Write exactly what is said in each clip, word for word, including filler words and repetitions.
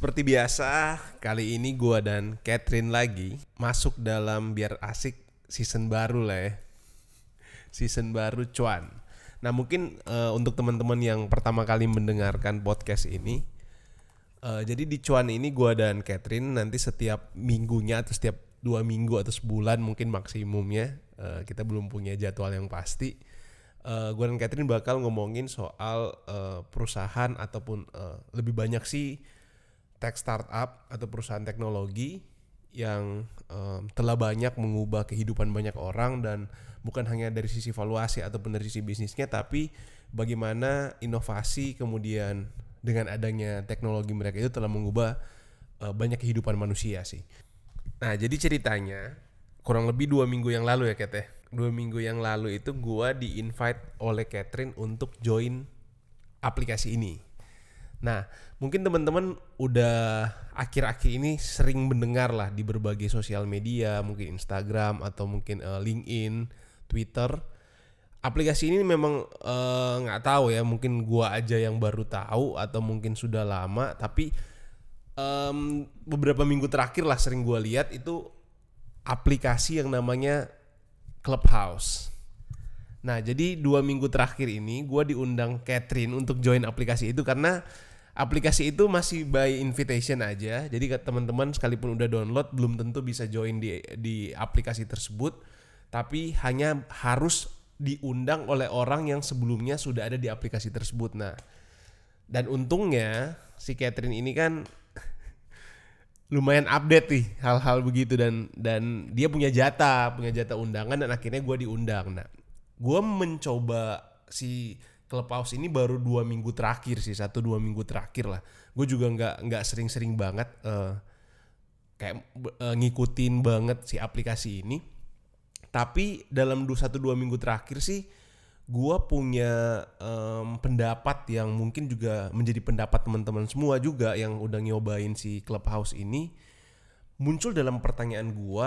Seperti biasa, kali ini gua dan Catherine lagi masuk dalam biar asik season baru lah ya. Season baru cuan. Nah mungkin uh, untuk teman-teman yang pertama kali mendengarkan podcast ini, uh, jadi di cuan ini gua dan Catherine nanti setiap minggunya atau setiap dua minggu atau sebulan mungkin maksimumnya, uh, kita belum punya jadwal yang pasti. Uh, gua dan Catherine bakal ngomongin soal uh, perusahaan ataupun uh, lebih banyak sih tech startup atau perusahaan teknologi yang um, telah banyak mengubah kehidupan banyak orang, dan bukan hanya dari sisi valuasi ataupun dari sisi bisnisnya, tapi bagaimana inovasi kemudian dengan adanya teknologi mereka itu telah mengubah uh, banyak kehidupan manusia sih. Nah jadi ceritanya kurang lebih dua minggu yang lalu ya Kat ya. Dua minggu yang lalu itu gua di-invite oleh Catherine untuk join aplikasi ini. Nah, mungkin teman-teman udah akhir-akhir ini sering mendengar lah di berbagai sosial media, mungkin Instagram atau mungkin uh, LinkedIn, Twitter. Aplikasi ini memang nggak uh, tahu ya, mungkin gua aja yang baru tahu atau mungkin sudah lama, tapi um, beberapa minggu terakhir lah sering gua lihat itu aplikasi yang namanya Clubhouse. Nah, jadi dua minggu terakhir ini gua diundang Catherine untuk join aplikasi itu karena aplikasi itu masih by invitation aja. Jadi teman-teman sekalipun udah download belum tentu bisa join di di aplikasi tersebut, tapi hanya harus diundang oleh orang yang sebelumnya sudah ada di aplikasi tersebut. Nah, dan untungnya si Catherine ini kan lumayan update nih hal-hal begitu, dan dan dia punya jatah, punya jatah undangan, dan akhirnya gue diundang. Nah, gue mencoba si Clubhouse ini baru dua minggu terakhir sih, satu dua minggu terakhir lah. Gue juga nggak nggak sering-sering banget uh, kayak uh, ngikutin banget si aplikasi ini. Tapi dalam dua satu dua minggu terakhir sih, gue punya um, pendapat yang mungkin juga menjadi pendapat teman-teman semua juga yang udah nyobain si Clubhouse ini. Muncul dalam pertanyaan gue,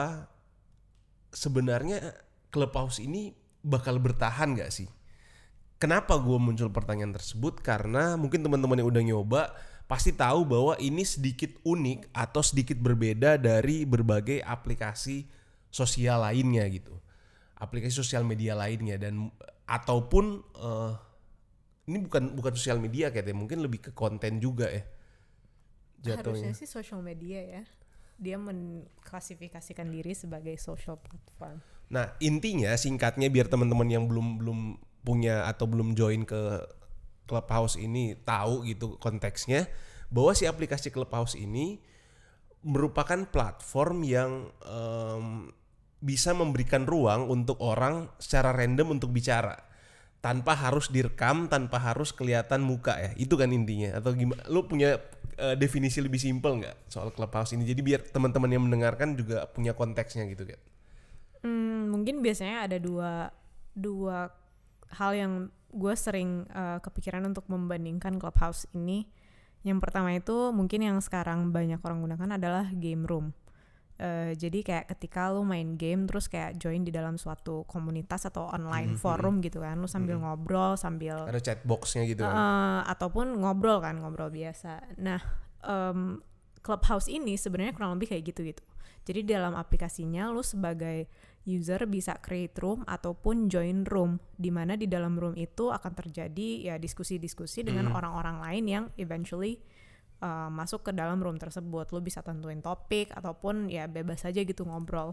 sebenarnya Clubhouse ini bakal bertahan nggak sih? Kenapa gue muncul pertanyaan tersebut? Karena mungkin teman-teman yang udah nyoba pasti tahu bahwa ini sedikit unik atau sedikit berbeda dari berbagai aplikasi sosial lainnya gitu, aplikasi sosial media lainnya, dan ataupun uh, ini bukan bukan sosial media kayaknya, mungkin lebih ke konten juga ya jatuhnya. Harusnya sih social media ya, dia mengklasifikasikan diri sebagai social platform. Nah intinya singkatnya biar teman-teman yang belum belum punya atau belum join ke Clubhouse ini tahu gitu konteksnya, bahwa si aplikasi Clubhouse ini merupakan platform yang um, bisa memberikan ruang untuk orang secara random untuk bicara tanpa harus direkam, tanpa harus kelihatan muka ya. Itu kan intinya. Atau gimana? Lu punya uh, definisi lebih simpel nggak soal Clubhouse ini? Jadi biar teman-teman yang mendengarkan juga punya konteksnya gitu kan. Hmm, mungkin biasanya ada dua dua hal yang gue sering uh, kepikiran untuk membandingkan Clubhouse ini. Yang pertama itu mungkin yang sekarang banyak orang gunakan adalah game room. Uh, jadi kayak ketika lu main game terus kayak join di dalam suatu komunitas atau online mm-hmm. forum gitu kan, lu sambil mm-hmm. ngobrol, sambil ada chat boxnya gitu kan. Uh, ataupun ngobrol kan, ngobrol biasa. Nah, um, Clubhouse ini sebenarnya kurang lebih kayak gitu gitu. Jadi dalam aplikasinya lu sebagai user bisa create room ataupun join room, di mana di dalam room itu akan terjadi ya diskusi-diskusi dengan mm. orang-orang lain yang eventually uh, masuk ke dalam room tersebut. Lu bisa tentuin topik ataupun ya bebas aja gitu ngobrol.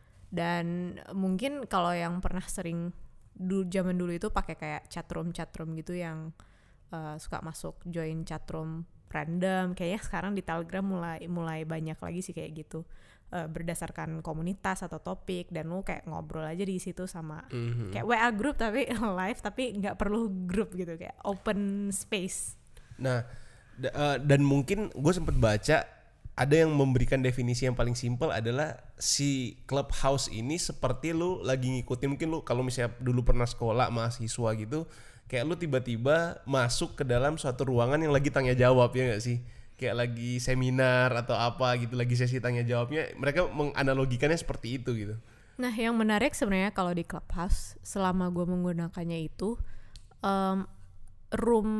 Dan mungkin kalau yang pernah sering dulu, zaman dulu itu pakai kayak chatroom chatroom gitu yang uh, suka masuk join chatroom random, kayaknya sekarang di Telegram mulai mulai banyak lagi sih kayak gitu. Uh, berdasarkan komunitas atau topik, dan lu kayak ngobrol aja di situ sama mm-hmm. kayak W A group tapi live, tapi nggak perlu grup gitu, kayak open space. Nah d- uh, dan mungkin gue sempet baca ada yang memberikan definisi yang paling simpel adalah si Clubhouse ini seperti lu lagi ngikutin, mungkin lu kalau misalnya dulu pernah sekolah mahasiswa gitu, kayak lu tiba-tiba masuk ke dalam suatu ruangan yang lagi tanya jawab, ya nggak sih? Kayak lagi seminar atau apa gitu, lagi sesi tanya jawabnya, mereka menganalogikannya seperti itu gitu. Nah yang menarik sebenarnya kalau di Clubhouse selama gue menggunakannya itu, um, room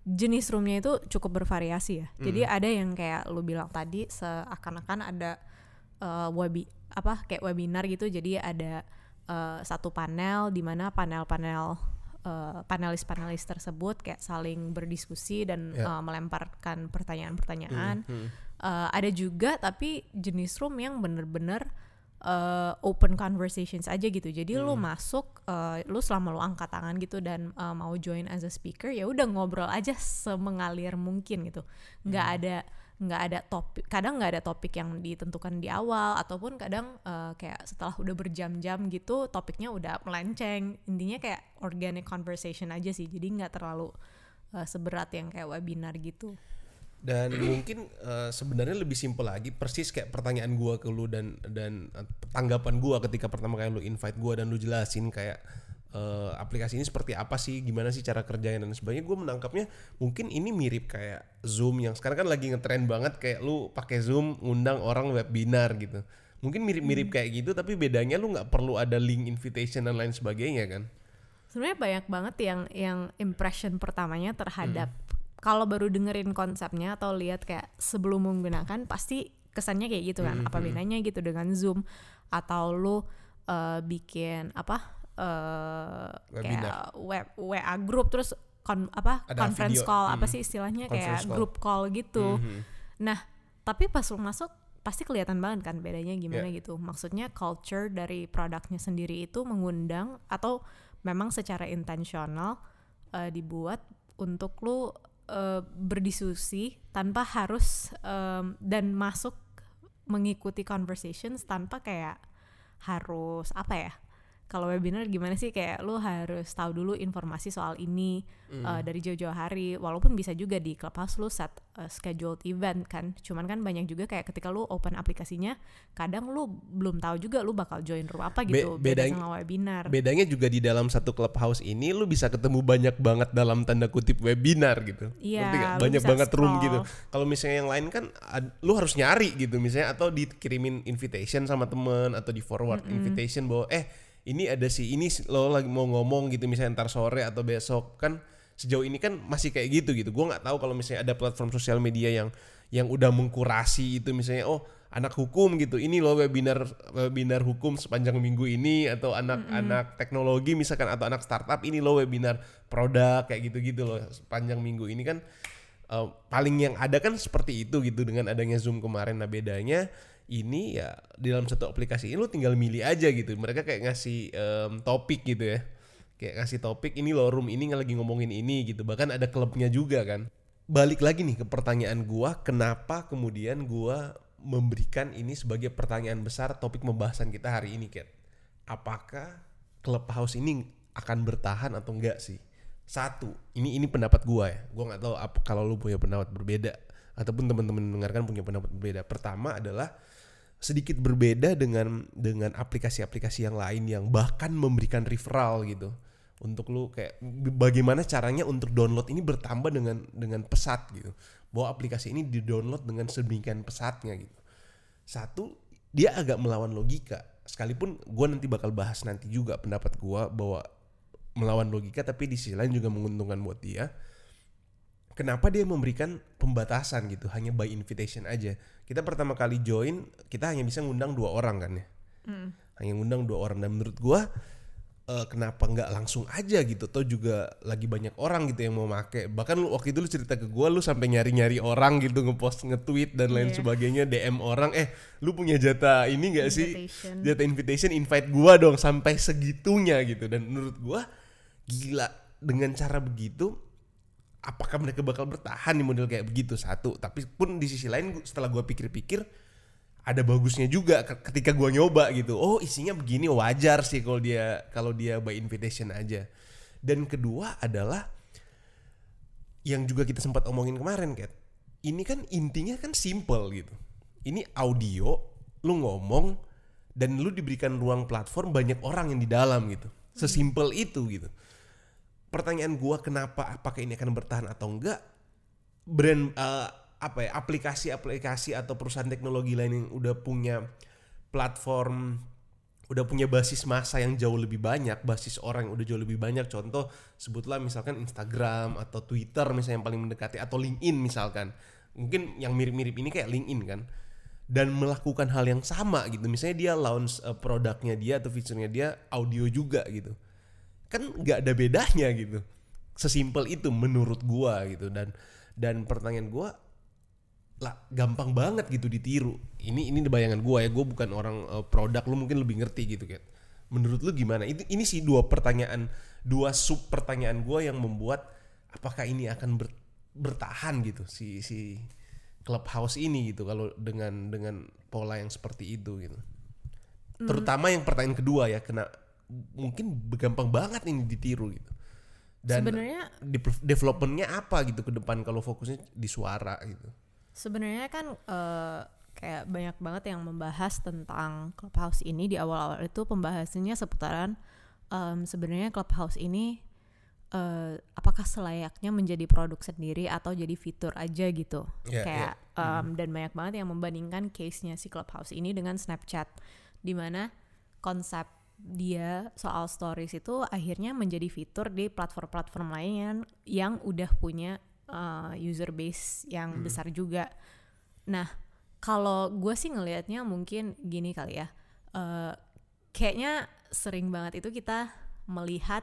jenis roomnya itu cukup bervariasi ya. Mm. Jadi ada yang kayak lu bilang tadi seakan-akan ada uh, webi apa kayak webinar gitu. Jadi ada uh, satu panel di mana panel-panel uh, panelis-panelis tersebut kayak saling berdiskusi dan yeah. uh, melemparkan pertanyaan-pertanyaan. Mm. Mm. Uh, ada juga tapi jenis room yang bener-bener Uh, open conversations aja gitu. Jadi hmm. lu masuk, uh, lu selama lu angkat tangan gitu dan uh, mau join as a speaker, ya udah ngobrol aja semengalir mungkin gitu. Nggak hmm. ada nggak ada topik. Kadang nggak ada topik yang ditentukan di awal, ataupun kadang uh, kayak setelah udah berjam-jam gitu, topiknya udah melenceng. Intinya kayak organic conversation aja sih. Jadi nggak terlalu uh, seberat yang kayak webinar gitu. Dan mungkin uh, sebenarnya lebih simpel lagi, persis kayak pertanyaan gua ke lu dan dan tanggapan gua ketika pertama kali lu invite gua dan lu jelasin kayak uh, aplikasi ini seperti apa sih, gimana sih cara kerjanya dan sebagainya. Gua menangkapnya mungkin ini mirip kayak Zoom yang sekarang kan lagi ngetren banget, kayak lu pakai Zoom ngundang orang webinar gitu. Mungkin mirip-mirip hmm. kayak gitu, tapi bedanya lu nggak perlu ada link invitation dan lain sebagainya kan. Sebenarnya banyak banget yang yang impression pertamanya terhadap hmm. kalau baru dengerin konsepnya atau lihat kayak sebelum menggunakan pasti kesannya kayak gitu kan. Mm-hmm. Apa bedanya gitu dengan Zoom atau lu uh, bikin apa uh, kayak web W A group terus kon, apa ada conference video. call mm. apa sih istilahnya conference kayak call. Group call gitu. Mm-hmm. Nah, tapi pas lu masuk pasti kelihatan banget kan bedanya gimana yeah. gitu. Maksudnya culture dari produknya sendiri itu mengundang atau memang secara intensional uh, dibuat untuk lu Uh, berdiskusi tanpa harus um, dan masuk mengikuti conversations tanpa kayak harus apa ya, kalau webinar gimana sih kayak lu harus tahu dulu informasi soal ini mm. uh, dari jauh-jauh hari, walaupun bisa juga di Clubhouse lu set uh, scheduled event kan, cuman kan banyak juga kayak ketika lu open aplikasinya kadang lu belum tahu juga lu bakal join room apa gitu. Be- bedanya, beda sama webinar. Bedanya juga di dalam satu Clubhouse ini lu bisa ketemu banyak banget dalam tanda kutip webinar gitu. Iya, banyak banget scroll. Room gitu. Kalau misalnya yang lain kan ad, lu harus nyari gitu misalnya, atau dikirimin invitation sama temen atau di forward mm-hmm. invitation bahwa eh ini ada sih, ini lo lagi mau ngomong gitu misalnya ntar sore atau besok kan. Sejauh ini kan masih kayak gitu gitu. Gue nggak tahu kalau misalnya ada platform sosial media yang yang udah mengkurasi itu misalnya, oh anak hukum gitu, ini lo webinar webinar hukum sepanjang minggu ini, atau anak-anak mm-hmm. teknologi misalkan, atau anak startup ini lo webinar produk kayak gitu-gitu loh sepanjang minggu ini kan. Uh, paling yang ada kan seperti itu gitu dengan adanya Zoom kemarin. Nah bedanya ini ya di dalam satu aplikasi ini lo tinggal milih aja gitu. Mereka kayak ngasih um, topik gitu ya. Kayak ngasih topik, ini lo room ini lagi ngomongin ini gitu. Bahkan ada klubnya juga kan. Balik lagi nih ke pertanyaan gua, kenapa kemudian gua memberikan ini sebagai pertanyaan besar topik pembahasan kita hari ini, Kat. Apakah Clubhouse ini akan bertahan atau enggak sih? Satu, ini ini pendapat gua ya. Gua nggak tahu apa kalau lu punya pendapat berbeda ataupun teman-teman mendengarkan punya pendapat berbeda. Pertama adalah sedikit berbeda dengan dengan aplikasi-aplikasi yang lain yang bahkan memberikan referral gitu untuk lu, kayak bagaimana caranya untuk download ini bertambah dengan dengan pesat gitu, bahwa aplikasi ini di-download dengan sedemikian pesatnya gitu. Satu, dia agak melawan logika, sekalipun gue nanti bakal bahas nanti juga pendapat gue bahwa melawan logika tapi di sisi lain juga menguntungkan buat dia. Kenapa dia memberikan pembatasan gitu, hanya by invitation aja. Kita pertama kali join, kita hanya bisa ngundang dua orang kan ya. Mm. Hanya ngundang dua orang, dan menurut gua uh, kenapa nggak langsung aja gitu. Toh juga lagi banyak orang gitu yang mau make. Bahkan lu, waktu itu lu cerita ke gua, lu sampai nyari-nyari orang gitu, ngepost, nge-tweet dan lain yeah. sebagainya, D M orang, eh lu punya jatah ini nggak sih? Jatah invitation, invite gua dong, sampai segitunya gitu. Dan menurut gua gila, dengan cara begitu apakah mereka bakal bertahan di model kayak begitu? Satu, tapi pun di sisi lain setelah gue pikir-pikir ada bagusnya juga ketika gue nyoba gitu. Oh isinya begini, wajar sih kalau dia kalau dia by invitation aja. Dan kedua adalah yang juga kita sempat omongin kemarin, Kat. Ini kan intinya kan simple gitu. Ini audio, lu ngomong dan lu diberikan ruang platform banyak orang yang di dalam gitu. Sesimpel itu gitu. Pertanyaan gua kenapa, apakah ini akan bertahan atau enggak? Brand uh, apa ya, aplikasi-aplikasi atau perusahaan teknologi lain yang udah punya platform udah punya basis massa yang jauh lebih banyak, basis orang yang udah jauh lebih banyak. Contoh sebutlah misalkan Instagram atau Twitter misalnya yang paling mendekati, atau LinkedIn misalkan. Mungkin yang mirip-mirip ini kayak LinkedIn kan. Dan melakukan hal yang sama gitu. Misalnya dia launch uh, produknya dia atau fiturnya dia audio juga gitu. Kan nggak ada bedanya gitu. Sesimpel itu menurut gua gitu. Dan dan pertanyaan gua, lah gampang banget gitu ditiru. Ini ini bayangan gue ya, gue bukan orang uh, produk, lu mungkin lebih ngerti gitu kan. Menurut lu gimana? Itu ini sih dua pertanyaan, dua sub pertanyaan gue yang membuat apakah ini akan ber, bertahan gitu si si Clubhouse ini gitu kalau dengan dengan pola yang seperti itu gitu. Hmm. Terutama yang pertanyaan kedua ya, kena mungkin gampang banget ini ditiru gitu. Dan sebenarnya de- developmentnya apa gitu ke depan kalau fokusnya di suara gitu. Sebenarnya kan uh, kayak banyak banget yang membahas tentang Clubhouse ini. Di awal-awal itu pembahasannya seputaran um, sebenarnya Clubhouse ini uh, apakah selayaknya menjadi produk sendiri atau jadi fitur aja gitu. Yeah, kayak yeah. Um, mm. Dan banyak banget yang membandingkan case-nya si Clubhouse ini dengan Snapchat, di mana konsep dia soal stories itu akhirnya menjadi fitur di platform-platform lain yang, yang udah punya Uh, user base yang hmm. besar juga. Nah, kalau gue sih ngelihatnya mungkin gini kali ya, uh, kayaknya sering banget itu kita melihat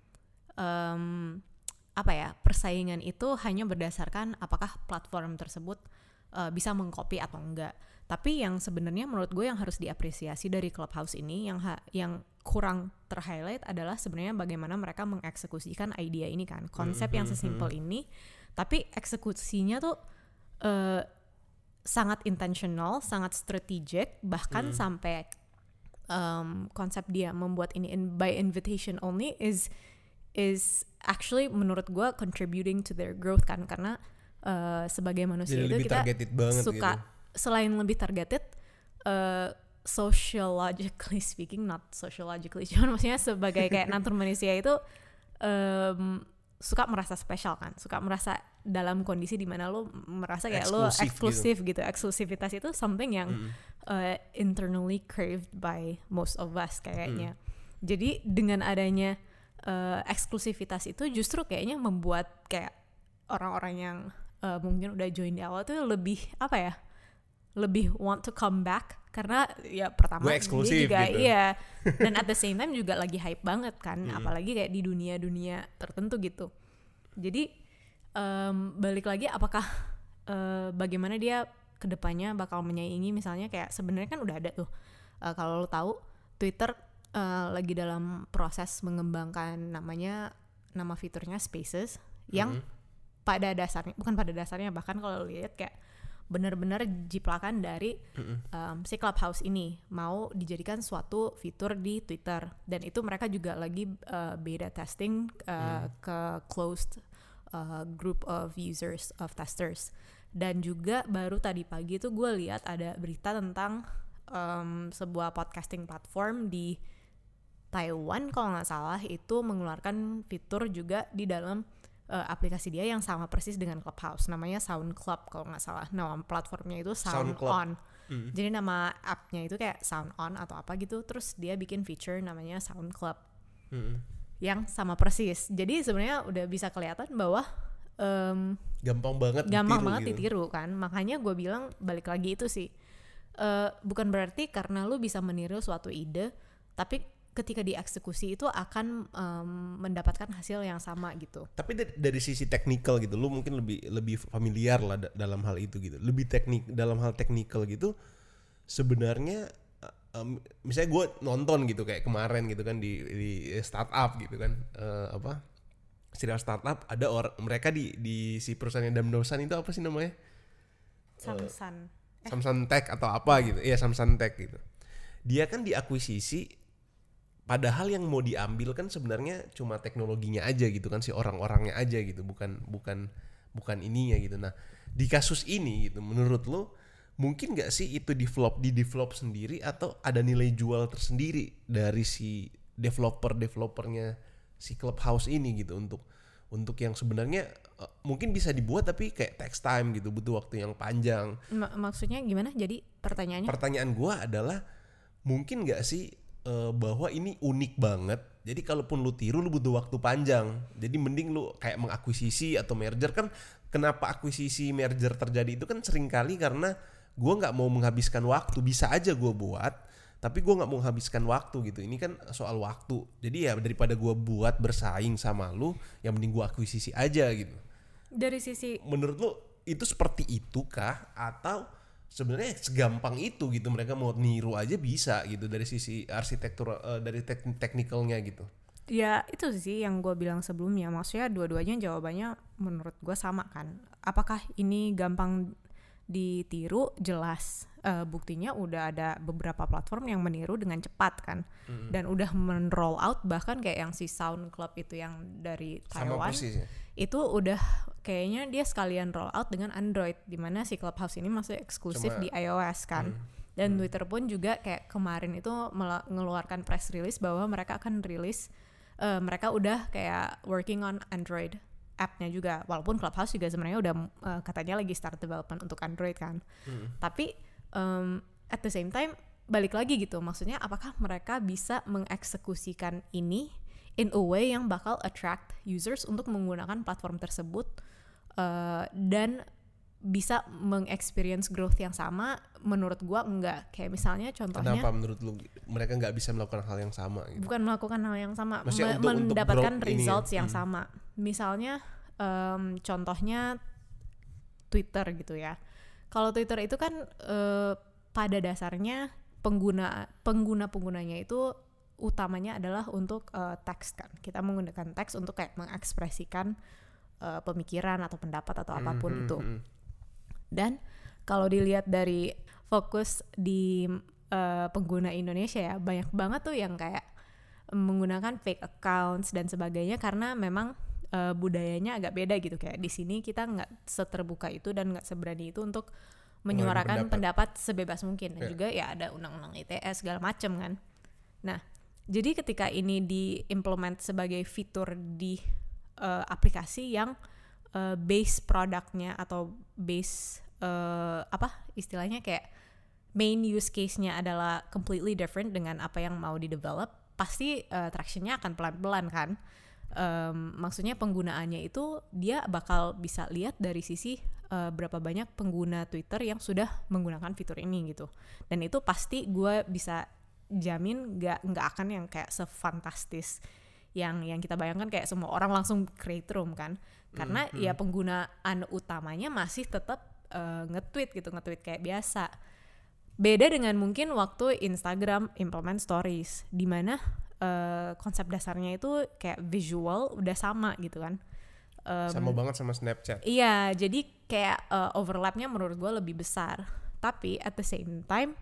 um, apa ya, persaingan itu hanya berdasarkan apakah platform tersebut uh, bisa mengcopy atau enggak. Tapi yang sebenarnya menurut gue yang harus diapresiasi dari Clubhouse ini, yang ha- yang kurang ter-highlight adalah sebenarnya bagaimana mereka mengeksekusikan idea ini kan, konsep hmm, yang sesimpel hmm. ini. Tapi eksekusinya tuh uh, sangat intentional, sangat strategic, bahkan hmm. sampai um, konsep dia membuat ini in, by invitation only is is actually menurut gue contributing to their growth kan, karena uh, sebagai manusia jadi itu kita suka gitu. Selain lebih targeted, uh, sociologically speaking, not sociologically, cuman maksudnya sebagai kayak natur manusia itu um, suka merasa spesial kan, suka merasa dalam kondisi di mana lo merasa kayak lo eksklusif gitu. gitu. Eksklusivitas itu something yang mm. uh, internally craved by most of us kayaknya. Mm. Jadi dengan adanya uh, eksklusivitas itu justru kayaknya membuat kayak orang-orang yang uh, mungkin udah join di awal tuh lebih apa ya, lebih want to come back karena ya pertama dia juga gitu. Iya, dan at the same time juga lagi hype banget kan, hmm. apalagi kayak di dunia-dunia tertentu gitu. Jadi um, balik lagi apakah uh, bagaimana dia kedepannya bakal menyaingi, misalnya kayak sebenarnya kan udah ada tuh uh, kalau lo tahu Twitter uh, lagi dalam proses mengembangkan namanya nama fiturnya Spaces yang hmm. pada dasarnya bukan pada dasarnya bahkan kalau lihat kayak benar-benar jiplakan dari um, si Clubhouse ini mau dijadikan suatu fitur di Twitter, dan itu mereka juga lagi uh, beta testing uh, hmm. ke closed uh, group of users of testers. Dan juga baru tadi pagi tuh gue lihat ada berita tentang um, sebuah podcasting platform di Taiwan kalau nggak salah itu mengeluarkan fitur juga di dalam Uh, aplikasi dia yang sama persis dengan Clubhouse, namanya Sound Club kalau nggak salah. Nama platformnya itu Sound, Sound On. Mm. Jadi nama appnya itu kayak Sound On atau apa gitu. Terus dia bikin feature namanya Sound Club mm. yang sama persis. Jadi sebenarnya udah bisa kelihatan bahwa um, gampang banget gampang ditiru, banget gitu. ditiru kan. Makanya gue bilang balik lagi itu sih uh, bukan berarti karena lu bisa meniru suatu ide, tapi ketika dieksekusi itu akan um, mendapatkan hasil yang sama gitu. Tapi dari, dari sisi teknikal gitu, lu mungkin lebih lebih familiar lah da- dalam hal itu gitu. Lebih teknik dalam hal teknikal gitu. Sebenarnya, um, misalnya gue nonton gitu kayak kemarin gitu kan di, di startup gitu kan, uh, apa serial startup ada orang mereka di di si perusahaan Dam Dosan itu apa sih namanya? Samsung. Uh, eh. Samsung Tech atau apa gitu? Iya Samsung Tech gitu. Dia kan diakuisisi. Padahal yang mau diambil kan sebenarnya cuma teknologinya aja gitu kan, si orang-orangnya aja gitu, bukan bukan bukan ininya gitu. Nah di kasus ini gitu, menurut lo mungkin nggak sih itu develop di develop sendiri atau ada nilai jual tersendiri dari si developer developernya si Clubhouse ini gitu untuk untuk yang sebenarnya uh, mungkin bisa dibuat tapi kayak takes time gitu, butuh waktu yang panjang. M- maksudnya gimana? Jadi pertanyaannya? Pertanyaan gue adalah mungkin nggak sih uh, bahwa ini unik banget. Jadi kalaupun lu tiru lu butuh waktu panjang. Jadi mending lu kayak mengakuisisi atau merger. Kan kenapa akuisisi merger terjadi itu kan seringkali karena gue nggak mau menghabiskan waktu. Bisa aja gue buat, tapi gue nggak mau menghabiskan waktu gitu. Ini kan soal waktu. Jadi ya daripada gue buat bersaing sama lu, yang mending gue akuisisi aja gitu. Dari sisi, menurut lu itu seperti itu kah? Atau sebenarnya segampang itu gitu, mereka mau niru aja bisa gitu dari sisi arsitektur, uh, dari tek- teknikalnya gitu? ya itu sih yang gue bilang sebelumnya. Maksudnya dua-duanya jawabannya menurut gue sama kan. Apakah ini gampang ditiru? Jelas. Uh, buktinya udah ada beberapa platform yang meniru dengan cepat kan, mm-hmm. dan udah men-roll out, bahkan kayak yang si Sound Club itu yang dari Taiwan, ya? Itu udah kayaknya dia sekalian roll out dengan Android, dimana si Clubhouse ini masih eksklusif Cuma, di iOS kan, mm, dan mm. Twitter pun juga kayak kemarin itu mengeluarkan press release bahwa mereka akan rilis, uh, mereka udah kayak working on Android app-nya juga, walaupun Clubhouse juga sebenarnya udah uh, katanya lagi start development untuk Android kan, mm. tapi Um, at the same time balik lagi gitu, maksudnya apakah mereka bisa mengeksekusikan ini in a way yang bakal attract users untuk menggunakan platform tersebut, uh, dan bisa mengexperience growth yang sama? Menurut gua enggak. Kayak misalnya contohnya, kenapa menurut lu mereka nggak bisa melakukan hal yang sama gitu? Bukan melakukan hal yang sama, Me- untuk, mendapatkan untuk results ini, yang hmm. sama. Misalnya um, contohnya Twitter gitu ya. Kalau Twitter itu kan uh, pada dasarnya pengguna pengguna penggunanya itu utamanya adalah untuk uh, teks kan. Kita menggunakan teks untuk kayak mengekspresikan uh, pemikiran atau pendapat atau apapun mm-hmm. itu. Dan kalau dilihat dari fokus di uh, pengguna Indonesia ya, banyak banget tuh yang kayak menggunakan fake accounts dan sebagainya, karena memang Uh, budayanya agak beda gitu. Kayak di sini kita nggak seterbuka itu dan nggak seberani itu untuk menyuarakan pendapat. pendapat sebebas mungkin. Dan yeah. juga ya ada undang-undang I T E segala macem kan. Nah, jadi ketika ini diimplement sebagai fitur di uh, aplikasi yang uh, base produknya atau base uh, apa istilahnya kayak main use case-nya adalah completely different dengan apa yang mau di-develop, pasti uh, traction-nya akan pelan-pelan kan. Um, maksudnya penggunaannya itu dia bakal bisa lihat dari sisi uh, berapa banyak pengguna Twitter yang sudah menggunakan fitur ini gitu, dan itu pasti gue bisa jamin nggak nggak akan yang kayak sefantastis yang yang kita bayangkan kayak semua orang langsung create room kan, karena mm-hmm. ya penggunaan utamanya masih tetap uh, nge-tweet gitu, nge-tweet kayak biasa. Beda dengan mungkin waktu Instagram implement stories, di mana Uh, konsep dasarnya itu kayak visual udah sama gitu kan, um, sama banget sama Snapchat. Iya, jadi kayak uh, overlapnya menurut gue lebih besar. Tapi at the same time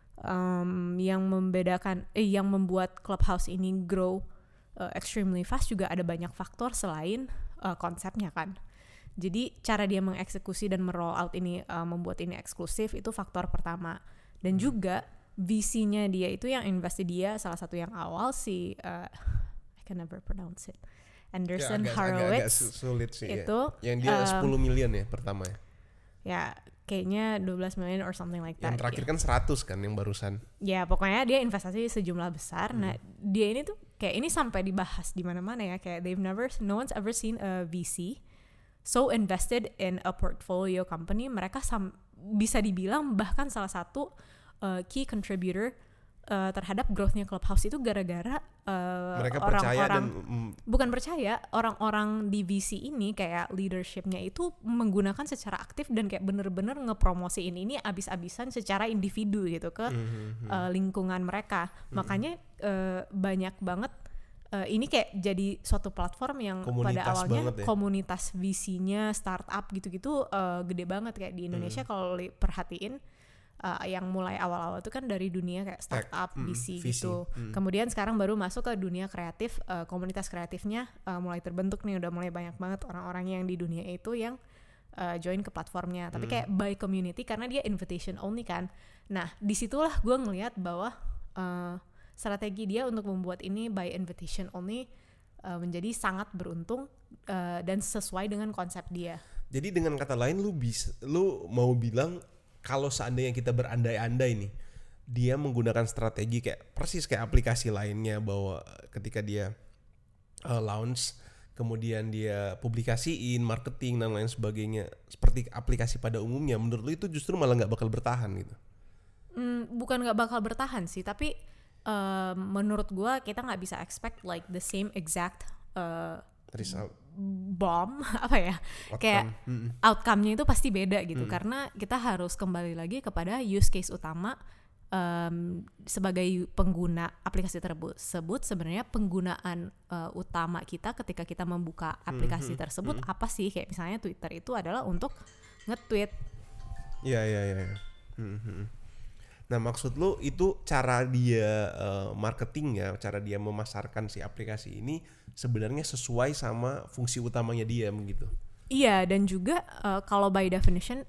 um, yang membedakan, eh, yang membuat Clubhouse ini grow uh, extremely fast juga ada banyak faktor selain uh, konsepnya kan. Jadi cara dia mengeksekusi dan meroll out ini, uh, membuat ini eksklusif, itu faktor pertama. Dan juga V C-nya dia itu yang invest di dia, salah satu yang awal si uh, I can never pronounce it, Anderson ya, agak, Horowitz. agak, agak sulit sih itu ya. Yang dia um, sepuluh million ya pertama ya. Ya kayaknya dua belas million or something like that. Yang terakhir ya. kan seratus kan yang barusan. Ya pokoknya dia investasi sejumlah besar. Hmm. Nah dia ini tuh kayak ini sampai dibahas di mana-mana ya, kayak they've never, no one's ever seen a V C so invested in a portfolio company. Mereka sam- bisa dibilang bahkan salah satu Uh, key contributor uh, terhadap growth-nya Clubhouse itu gara-gara uh, mereka orang-orang percaya dan mm, bukan percaya, orang-orang di V C ini kayak leadership-nya itu menggunakan secara aktif dan kayak bener-bener ngepromosiin ini abis-abisan secara individu gitu ke mm-hmm. uh, lingkungan mereka. Mm-hmm. Makanya uh, banyak banget uh, ini kayak jadi suatu platform yang komunitas pada awalnya ya. Komunitas V C-nya startup gitu-gitu uh, gede banget kayak di Indonesia. Mm. Kalau li- perhatiin Uh, yang mulai awal-awal itu kan dari dunia kayak startup, mm, V C gitu. Mm. Kemudian sekarang baru masuk ke dunia kreatif, uh, komunitas kreatifnya uh, mulai terbentuk nih, udah mulai banyak banget orang-orang yang di dunia itu yang uh, join ke platformnya. Mm. Tapi kayak by community karena dia invitation only kan. Nah disitulah gue ngelihat bahwa uh, strategi dia untuk membuat ini by invitation only uh, menjadi sangat beruntung uh, dan sesuai dengan konsep dia. Jadi dengan kata lain lu bisa, lu mau bilang kalau seandainya kita berandai-andai nih, dia menggunakan strategi kayak persis kayak aplikasi lainnya, bahwa ketika dia uh, launch kemudian dia publikasiin marketing dan lain sebagainya seperti aplikasi pada umumnya, menurut lu itu justru malah nggak bakal bertahan gitu? Hmm, bukan nggak bakal bertahan sih, tapi uh, menurut gue kita nggak bisa expect like the same exact uh, result, bomb apa ya, outcome. Kayak Mm-mm. outcome-nya itu pasti beda gitu, Mm. karena kita harus kembali lagi kepada use case utama. Um, sebagai pengguna aplikasi tersebut, sebenarnya penggunaan uh, utama kita ketika kita membuka aplikasi Mm-hmm. tersebut Mm-hmm. apa sih? Kayak misalnya Twitter itu adalah untuk nge-tweet. Iya iya iya. Mm-hmm. Nah maksud lu itu cara dia uh, marketingnya, cara dia memasarkan si aplikasi ini sebenarnya sesuai sama fungsi utamanya dia begitu? Iya, dan juga uh, kalau by definition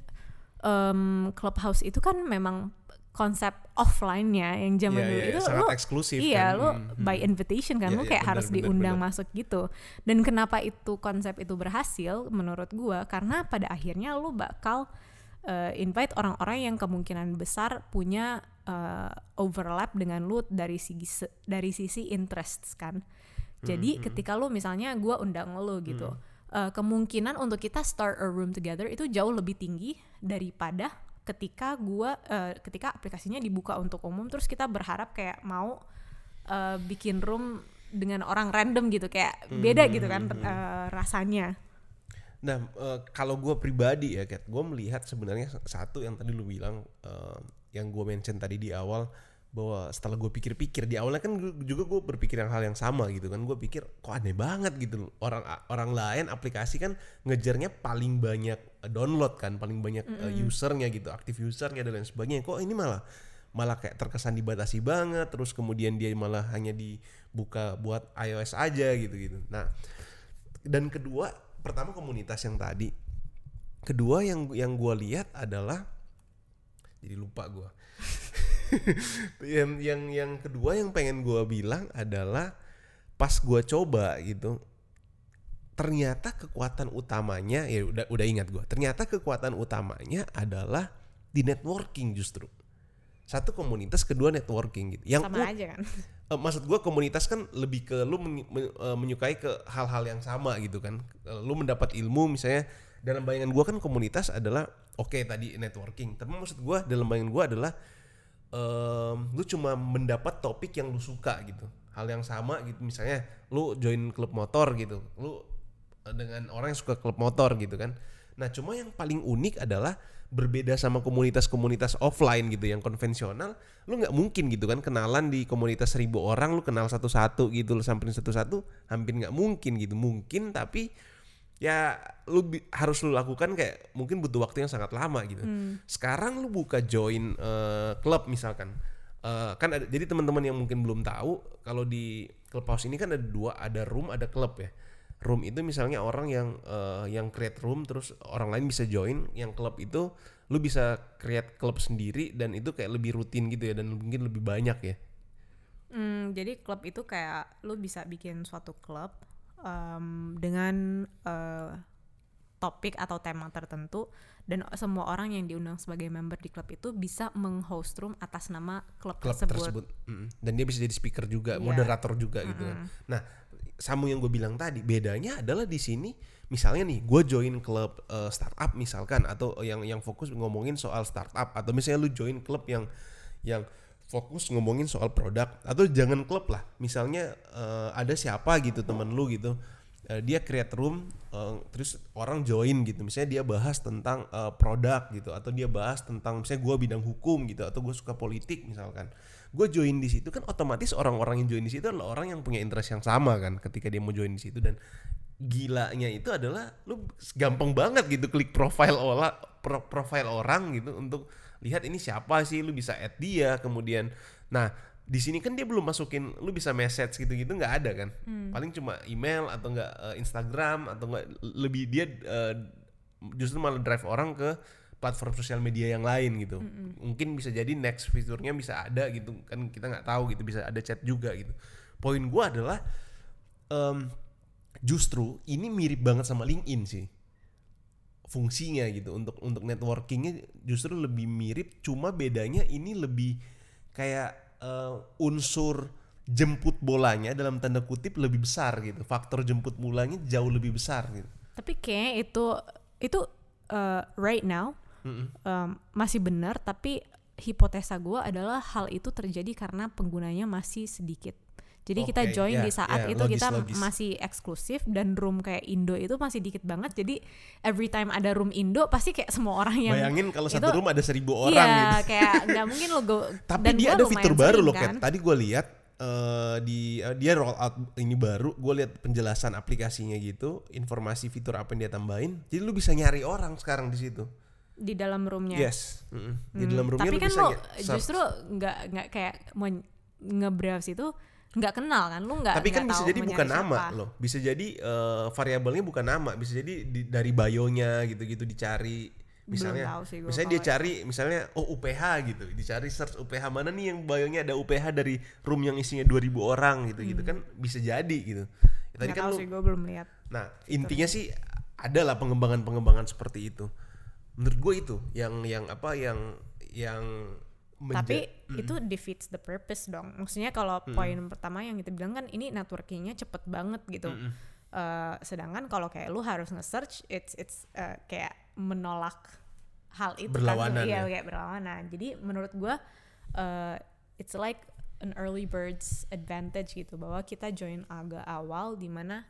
um, Clubhouse itu kan memang konsep offline-nya yang zaman yeah, dulu yeah, itu sangat lu eksklusif iya kan? lu hmm, by invitation kan, yeah, lu yeah, kayak bener, harus bener, diundang bener. masuk gitu. Dan kenapa itu konsep itu berhasil menurut gua, karena pada akhirnya lu bakal uh, invite orang-orang yang kemungkinan besar punya uh, overlap dengan lu dari sisi dari sisi interests kan. Jadi hmm, ketika lu misalnya gua undang lu gitu, hmm. uh, kemungkinan untuk kita start a room together itu jauh lebih tinggi daripada ketika gua uh, ketika aplikasinya dibuka untuk umum terus kita berharap kayak mau uh, bikin room dengan orang random gitu, kayak beda hmm, gitu kan uh, rasanya. Nah uh, kalau gua pribadi ya Kat, gua melihat sebenarnya satu yang tadi lu bilang, uh, yang gua mention tadi di awal, bahwa setelah gue pikir-pikir di awalnya kan juga gue berpikir yang hal yang sama gitu kan, gue pikir kok aneh banget gitu, orang orang lain aplikasi kan ngejarnya paling banyak download kan, paling banyak mm-hmm. uh, usernya gitu, aktif usernya dan lain sebagainya, kok ini malah malah kayak terkesan dibatasi banget, terus kemudian dia malah hanya dibuka buat iOS aja gitu gitu. Nah dan kedua, pertama komunitas yang tadi, kedua yang yang gue lihat adalah, jadi lupa gue yang yang yang kedua yang pengen gue bilang adalah pas gue coba gitu, ternyata kekuatan utamanya ya udah udah ingat gue, ternyata kekuatan utamanya adalah di networking justru. Satu komunitas, kedua networking gitu. Yang sama u- aja kan. Uh, maksud gue komunitas kan lebih ke lu men- men- uh, menyukai ke hal-hal yang sama gitu kan. Uh, lu mendapat ilmu misalnya, dalam bayangan gue kan komunitas adalah oke okay, tadi networking. Tapi maksud gue dalam bayangan gue adalah Um, lu cuma mendapat topik yang lu suka gitu, hal yang sama gitu, misalnya lu join klub motor gitu, lu dengan orang yang suka klub motor gitu kan. Nah cuma yang paling unik adalah berbeda sama komunitas-komunitas offline gitu yang konvensional, lu nggak mungkin gitu kan kenalan di komunitas seribu orang lu kenal satu-satu gitu, lu samperin satu-satu, hampir nggak mungkin gitu. Mungkin tapi ya lu bi- harus lu lakukan kayak mungkin butuh waktu yang sangat lama gitu. Hmm. Sekarang lu buka join uh, klub misalkan, uh, kan ada, jadi teman-teman yang mungkin belum tahu kalau di Clubhouse ini kan ada dua, ada room, ada klub ya. Room itu misalnya orang yang uh, yang create room terus orang lain bisa join. Yang klub itu lu bisa create klub sendiri dan itu kayak lebih rutin gitu ya, dan mungkin lebih banyak ya. Hmm, jadi klub itu kayak lu bisa bikin suatu klub Um, dengan uh, topik atau tema tertentu, dan semua orang yang diundang sebagai member di klub itu bisa meng-host room atas nama klub, klub tersebut. tersebut. Mm-hmm. Dan dia bisa jadi speaker juga, yeah. moderator juga mm-hmm. gitu kan. Nah, sama yang gue bilang tadi, bedanya adalah di sini misalnya nih, gue join klub uh, startup misalkan, atau yang yang fokus ngomongin soal startup, atau misalnya lu join klub yang yang fokus ngomongin soal produk, atau jangan klub lah, misalnya uh, ada siapa gitu temen lu gitu, uh, dia create room, uh, terus orang join gitu, misalnya dia bahas tentang uh, produk gitu, atau dia bahas tentang misalnya gue bidang hukum gitu, atau gue suka politik misalkan, gue join di situ kan otomatis orang-orang yang join di situ adalah orang yang punya interest yang sama kan, ketika dia mau join di situ. Dan gilanya itu adalah lu gampang banget gitu klik profile olah pro, profile orang gitu untuk lihat ini siapa sih, lu bisa add dia kemudian. Nah di sini kan dia belum masukin, lu bisa message gitu-gitu nggak ada kan, hmm. paling cuma email atau nggak uh, Instagram, atau nggak lebih dia uh, justru malah drive orang ke platform sosial media yang lain gitu. Hmm. Mungkin bisa jadi next fiturnya bisa ada gitu kan, kita nggak tahu gitu, bisa ada chat juga gitu. Poin gua adalah um, justru ini mirip banget sama LinkedIn sih fungsinya gitu, untuk untuk networkingnya justru lebih mirip, cuma bedanya ini lebih kayak uh, unsur jemput bolanya dalam tanda kutip lebih besar gitu. Faktor jemput bolanya jauh lebih besar gitu. Tapi kayaknya itu itu uh, right now um, masih benar, tapi hipotesa gue adalah hal itu terjadi karena penggunanya masih sedikit. Jadi okay, kita join yeah, di saat yeah, itu logis, kita logis. masih eksklusif dan room kayak Indo itu masih dikit banget. Jadi every time ada room Indo pasti kayak semua orang yang bayangin kalau satu room ada seribu orang iya, gitu. Iya kayak nggak mungkin lo go. Tapi dan dia ada fitur baru loh kan? Kat. Tadi gue lihat uh, di uh, dia roll out ini baru. Gue lihat penjelasan aplikasinya gitu, informasi fitur apa yang dia tambahin. Jadi lu bisa nyari orang sekarang di situ. Di dalam roomnya. Yes. Mm-hmm. Di hmm, dalam roomnya tapi lu kan bisa lo ny- justru nggak nggak kayak mau nge-browse itu nggak kenal kan, lu nggak. Tapi kan bisa jadi bukan siapa. nama loh, bisa jadi uh, variabelnya bukan nama, bisa jadi di, dari bio-nya gitu-gitu dicari. Misalnya, sih misalnya dia cari, misalnya oh U P H gitu, dicari search U P H mana nih yang bio-nya ada U P H dari room yang isinya dua ribu orang gitu, hmm. gitu kan bisa jadi gitu. Ya, tadi nggak kan tahu lu, sih, gue belum lihat. Nah intinya sih ada lah pengembangan-pengembangan seperti itu. Menurut gue itu yang yang apa yang yang menja- tapi mm. itu defeats the purpose dong. Maksudnya kalau mm. poin pertama yang kita bilang kan ini networkingnya cepet banget gitu. Mm. Uh, sedangkan kalau kayak lu harus nge-search, it's it's uh, kayak menolak hal itu berlawanan kan. Iya ya? kayak berlawanan. Jadi menurut gue uh, it's like an early bird's advantage gitu, bahwa kita join agak awal di mana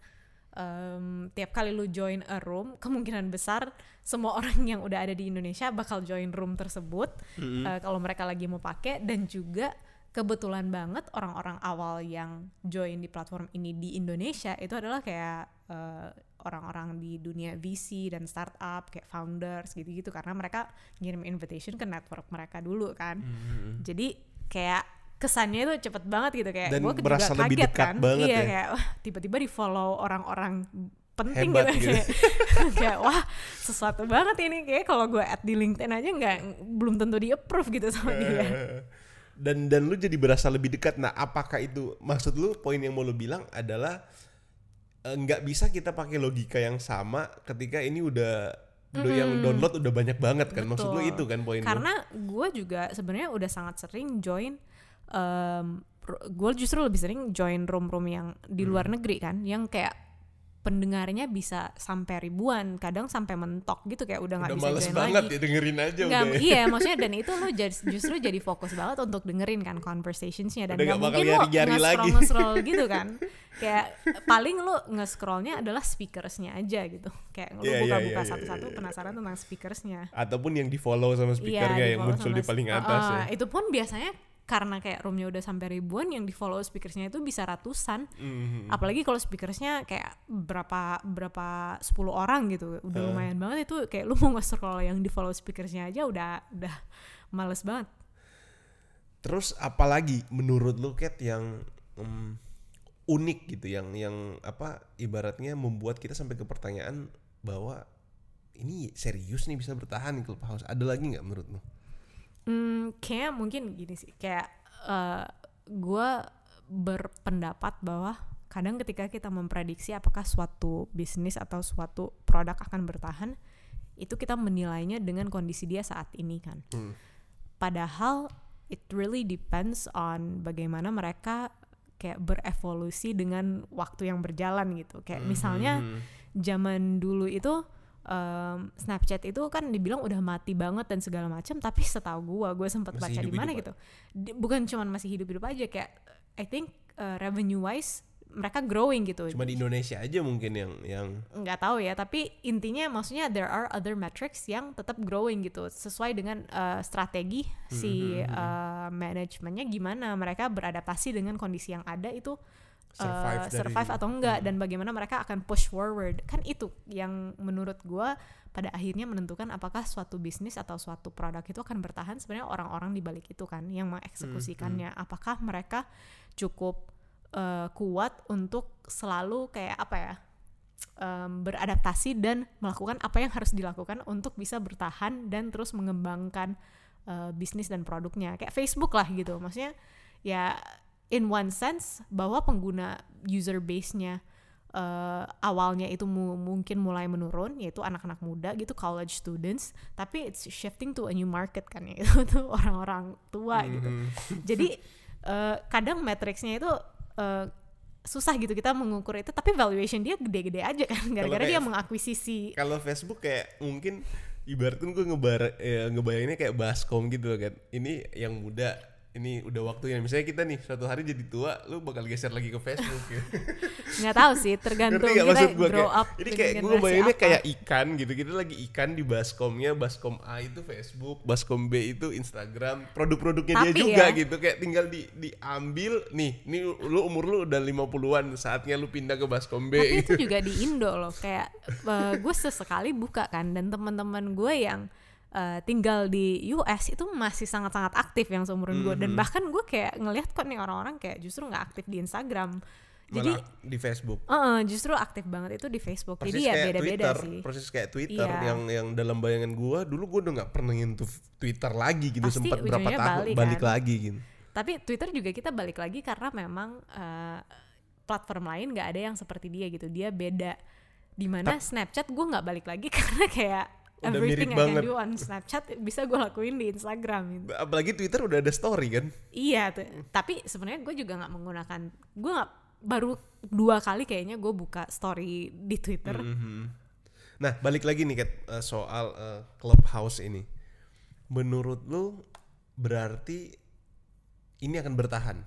Um, tiap kali lu join a room kemungkinan besar semua orang yang udah ada di Indonesia bakal join room tersebut mm-hmm. uh, kalau mereka lagi mau pakai, dan juga kebetulan banget orang-orang awal yang join di platform ini di Indonesia itu adalah kayak uh, orang-orang di dunia V C dan startup kayak founders gitu-gitu, karena mereka ngirim invitation ke network mereka dulu kan. Mm-hmm. Jadi kayak kesannya itu cepet banget gitu, kayak gue juga kaget lebih dekat kan banget iya ya. Kayak wah tiba-tiba di follow orang-orang penting hebat gitu, gitu. Kayak, kayak wah sesuatu banget ini, kayak kalau gue add di LinkedIn aja nggak belum tentu di approve gitu sama dia. Dan dan lu jadi berasa lebih dekat. Nah apakah itu maksud lu, poin yang mau lu bilang adalah nggak uh, bisa kita pakai logika yang sama ketika ini udah lu hmm. yang download udah banyak banget kan. Betul. Maksud lu itu kan poin lu. Karena gue juga sebenarnya udah sangat sering join Um, gue justru lebih sering join room-room yang di luar hmm. negeri kan, yang kayak pendengarnya bisa sampai ribuan, kadang sampai mentok gitu, kayak udah nggak bisa join lagi. Udah males banget ya dengerin aja nggak, udah. Iya maksudnya, dan itu lo justru jadi fokus banget untuk dengerin kan conversationsnya, dan udah nggak mungkin lo nge-scroll nge-scroll gitu kan. Kayak paling lo nge-scrollnya adalah speakersnya aja gitu, kayak lo yeah, buka-buka yeah, yeah, satu-satu yeah, yeah. penasaran tentang speakersnya. Ataupun yang di follow sama speakernya yeah, yang muncul di paling atas uh, ya. Itu pun biasanya karena kayak roomnya udah sampai ribuan, yang di follow speakersnya itu bisa ratusan. Mm-hmm. Apalagi kalau speakersnya kayak berapa berapa sepuluh orang gitu, udah uh. lumayan banget itu. Kayak lu mau nge-scroll yang di follow speakersnya aja udah udah males banget. Terus apalagi menurut lu Kat yang um, unik gitu, yang yang apa ibaratnya membuat kita sampai ke pertanyaan bahwa ini serius nih bisa bertahan di Clubhouse. Ada lagi nggak menurut lu? Hmm, kayak mungkin gini sih, kayak uh, gue berpendapat bahwa kadang ketika kita memprediksi apakah suatu bisnis atau suatu produk akan bertahan, itu kita menilainya dengan kondisi dia saat ini kan. Hmm. Padahal it really depends on bagaimana mereka kayak berevolusi dengan waktu yang berjalan gitu. Kayak hmm. misalnya zaman dulu itu Um, Snapchat itu kan dibilang udah mati banget dan segala macam, tapi setahu gue, gue sempat baca di mana gitu, di, bukan cuma masih hidup-hidup aja, kayak I think uh, revenue wise mereka growing gitu. Cuma di Indonesia aja mungkin yang yang nggak tahu ya, tapi intinya maksudnya there are other metrics yang tetap growing gitu, sesuai dengan uh, strategi hmm, si hmm, uh, manajemennya gimana mereka beradaptasi dengan kondisi yang ada itu. Survive, uh, survive dari, atau enggak, hmm. dan bagaimana mereka akan push forward, kan itu yang menurut gue pada akhirnya menentukan apakah suatu bisnis atau suatu produk itu akan bertahan. Sebenarnya orang-orang di balik itu kan yang mengeksekusikannya, hmm, hmm. apakah mereka cukup uh, kuat untuk selalu kayak apa ya um, beradaptasi dan melakukan apa yang harus dilakukan untuk bisa bertahan dan terus mengembangkan uh, bisnis dan produknya, kayak Facebook lah gitu. Maksudnya ya in one sense bahwa pengguna user base-nya uh, awalnya itu mu- mungkin mulai menurun, yaitu anak-anak muda gitu, college students, tapi it's shifting to a new market kan, ya itu tuh orang-orang tua mm-hmm. gitu. Jadi uh, kadang matriksnya itu uh, susah gitu kita mengukur itu, tapi valuation dia gede-gede aja kan gara-gara dia mengakuisisi. Kalau Facebook kayak mungkin ibaratkan gue ngebar ya, ngebayanginnya kayak Baskom gitu kan, ini yang muda, ini udah waktunya. Misalnya kita nih suatu hari jadi tua, lu bakal geser lagi ke Facebook gitu. Nggak tahu sih, tergantung kita grow kayak, up. Jadi kayak gue ngebayanginnya kayak ikan gitu. Kita lagi ikan di Baskomnya, Baskom A itu Facebook, Baskom B itu Instagram, produk-produknya dia juga ya, gitu. Kayak tinggal di diambil nih, nih lu umur lu udah lima puluhan, saatnya lu pindah ke Baskom B. Tapi gitu. Itu juga di Indo loh, kayak uh, gue sesekali buka kan, dan teman-teman gue yang Uh, tinggal di U S itu masih sangat-sangat aktif yang seumuran gue, mm-hmm. dan bahkan gue kayak ngelihat kok nih orang-orang kayak justru nggak aktif di Instagram, jadi malah di Facebook. Uh, justru aktif banget itu di Facebook. Persis jadi ya beda-beda Twitter, sih. Proses kayak Twitter yeah. yang yang dalam bayangan gue dulu gue udah nggak pernah nyentuh Twitter lagi gitu. Pasti sempat berapa tahun balik, balik kan? lagi gitu. Tapi Twitter juga kita balik lagi karena memang uh, platform lain nggak ada yang seperti dia gitu. Dia beda. Dimana Ta- Snapchat gue nggak balik lagi karena kayak udah everything I can do on Snapchat bisa gue lakuin di Instagram gitu. Apalagi Twitter udah ada story kan. Iya tuh. Tapi sebenarnya gue juga nggak menggunakan, gue nggak, baru dua kali kayaknya gue buka story di Twitter. Mm-hmm. Nah balik lagi nih Kat, uh, soal uh, Clubhouse ini, menurut lu berarti ini akan bertahan?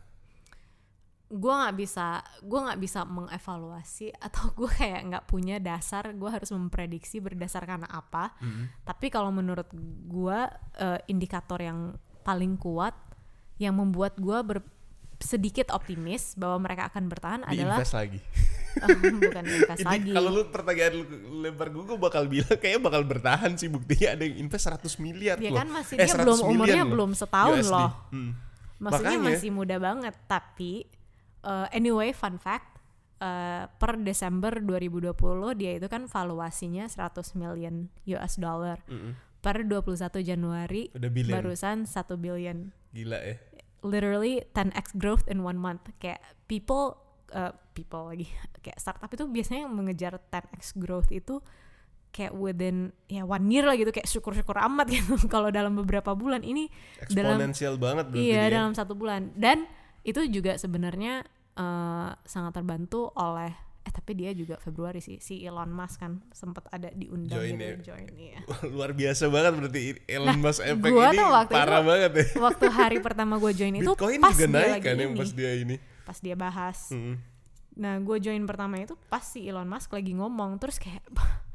Gue nggak bisa gue nggak bisa mengevaluasi, atau gue kayak nggak punya dasar gue harus memprediksi berdasarkan apa. Mm-hmm. Tapi kalau menurut gue uh, indikator yang paling kuat yang membuat gue ber- sedikit optimis bahwa mereka akan bertahan di adalah invest lagi. uh, bukan invest lagi. Kalau lu pertanyaan lu lebar gue, gue bakal bilang kayaknya bakal bertahan sih, buktinya ada yang invest seratus miliar. Dia loh. kan masih eh, dia belum umurnya loh. belum setahun U S D. Loh. Hmm. Maksudnya Makanya, masih muda banget, tapi Uh, anyway, fun fact, uh, per Desember dua ribu dua puluh dia itu kan valuasinya seratus million U S dollar. Mm-hmm. Per dua puluh satu Januari barusan satu billion. Gila ya. Literally ten x growth in one month. Kayak people uh, people lagi kayak startup itu biasanya yang mengejar ten x growth itu kayak within ya one year lah gitu, kayak syukur-syukur amat gitu. Kalau dalam beberapa bulan ini eksponensial banget berarti. Iya, dia. dalam satu bulan. Dan itu juga sebenarnya uh, sangat terbantu oleh eh tapi dia juga Februari sih si Elon Musk kan sempat ada diundang join gitu ya. join iya. Luar biasa banget berarti Elon nah, Musk efek ini parah itu, banget ya. Waktu hari pertama gue join itu Bitcoin pas juga dia naik lagi kan ini, yang pas dia ini. Pas dia bahas. Mm-hmm. Nah, gue join pertama itu pas si Elon Musk lagi ngomong, terus kayak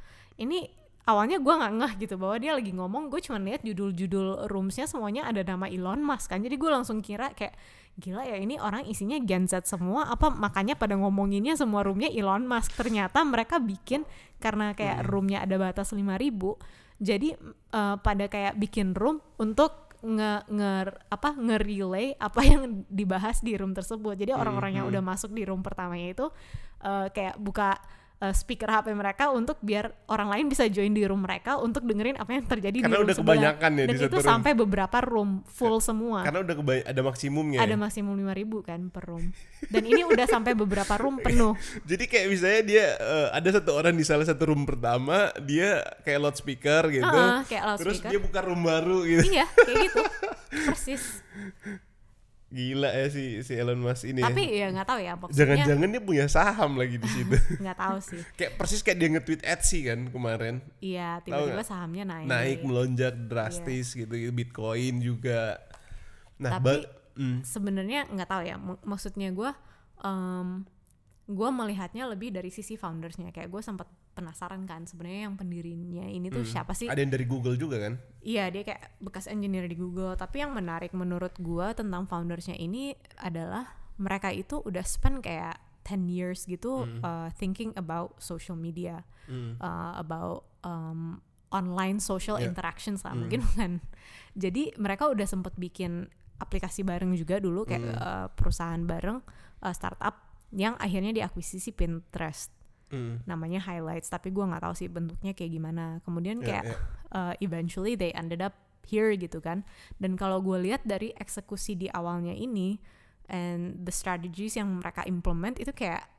ini awalnya gue nggak ngeh gitu bahwa dia lagi ngomong, gue cuma lihat judul-judul roomsnya semuanya ada nama Elon Musk kan, jadi gue langsung kira kayak gila ya ini orang isinya Gen Z semua apa, makanya pada ngomonginnya semua roomnya Elon Musk. Ternyata mereka bikin karena kayak roomnya ada batas lima ribu, jadi uh, pada kayak bikin room untuk nge, nge apa nge-relay apa yang dibahas di room tersebut. Jadi orang-orang yang udah masuk di room pertamanya itu uh, kayak buka Uh, speaker H P mereka untuk biar orang lain bisa join di room mereka untuk dengerin apa yang terjadi karena di room udah sebelah. Kebanyakan ya. Dan di itu room. Sampai beberapa room full semua. Karena udah kebany- ada maksimumnya. Ada ya? maksimum lima ribu kan per room. Dan ini udah sampai beberapa room penuh. Jadi kayak misalnya dia uh, ada satu orang di salah satu room pertama, dia kayak loudspeaker gitu. Uh-uh, kayak loudspeaker. Terus dia buka room baru gitu. Iya, kayak gitu. Persis. Gila ya si si Elon Musk ini. Tapi ya nggak tahu ya maksudnya. Jangan-jangan dia punya saham lagi di situ. Nggak tahu sih. Kayak persis kayak dia nge-tweet Etsy kan kemarin. Iya, tiba-tiba sahamnya naik. Naik melonjak drastis iya. gitu, Bitcoin juga. Nah, tapi ba- mm. sebenarnya nggak tahu ya. M- maksudnya gue, um, gue melihatnya lebih dari sisi foundersnya. Kayak gue sempat penasaran kan sebenarnya yang pendirinya ini tuh mm. siapa sih? Ada yang dari Google juga kan? Iya, dia kayak bekas engineer di Google. Tapi yang menarik menurut gue tentang foundersnya ini adalah mereka itu udah spend kayak ten years gitu mm. uh, thinking about social media, mm. uh, about um, online social yeah. interactions lah mm. mungkin kan. Jadi mereka udah sempet bikin aplikasi bareng juga dulu kayak mm. uh, perusahaan bareng uh, startup yang akhirnya diakuisisi Pinterest. Mm. Namanya Highlights, tapi gue nggak tahu sih bentuknya kayak gimana. Kemudian kayak yeah, yeah. Uh, eventually they ended up here gitu kan. Dan kalau gue lihat dari eksekusi di awalnya ini and the strategies yang mereka implement itu kayak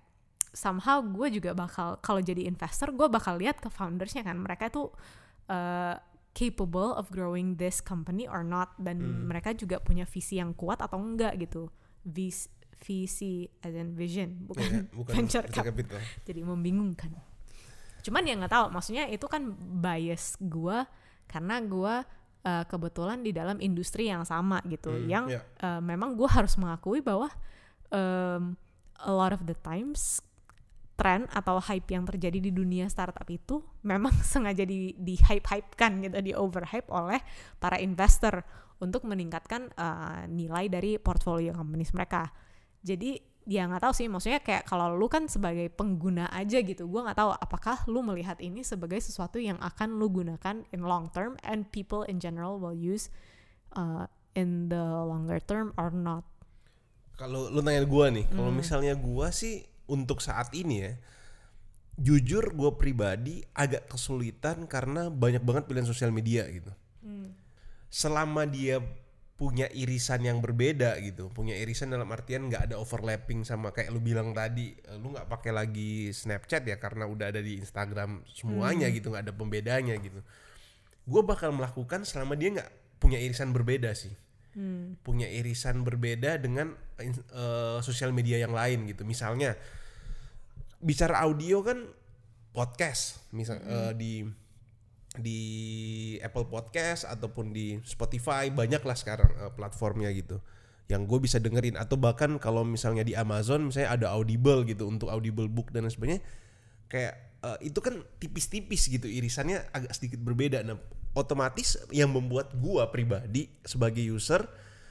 somehow gue juga bakal kalau jadi investor gue bakal lihat ke foundersnya kan, mereka tuh uh, capable of growing this company or not, dan hmm. mereka juga punya visi yang kuat atau enggak gitu. Vis, visi as in vision, bukan, yeah, bukan venture capital. Jadi membingungkan. Cuman ya nggak tahu, maksudnya itu kan bias gue karena gue uh, kebetulan di dalam industri yang sama gitu, hmm, yang yeah. uh, memang gue harus mengakui bahwa um, a lot of the times tren atau hype yang terjadi di dunia startup itu memang sengaja di, di hype-hypekan gitu, di overhype oleh para investor untuk meningkatkan uh, nilai dari portfolio companies mereka. Jadi ya nggak tahu sih, maksudnya kayak kalau lu kan sebagai pengguna aja gitu, gue nggak tahu apakah lu melihat ini sebagai sesuatu yang akan lu gunakan in long term and people in general will use uh, in the longer term or not. Kalau lu tanya gue nih, hmm. kalau misalnya gue sih untuk saat ini ya, jujur gue pribadi agak kesulitan karena banyak banget pilihan sosial media gitu. Hmm. Selama dia punya irisan yang berbeda gitu, punya irisan dalam artian nggak ada overlapping sama kayak lu bilang tadi, lu nggak pakai lagi Snapchat ya karena udah ada di Instagram semuanya hmm. gitu, nggak ada pembedanya gitu. Gue bakal melakukan selama dia nggak punya irisan berbeda sih. Hmm. Punya irisan berbeda dengan uh, sosial media yang lain gitu. Misalnya bicara audio kan podcast, misal hmm. uh, di di Apple Podcast ataupun di Spotify banyak lah sekarang uh, platformnya gitu yang gue bisa dengerin, atau bahkan kalau misalnya di Amazon misalnya ada Audible gitu untuk Audible book dan sebagainya, kayak uh, itu kan tipis-tipis gitu irisannya, agak sedikit berbeda. Nah otomatis yang membuat gue pribadi sebagai user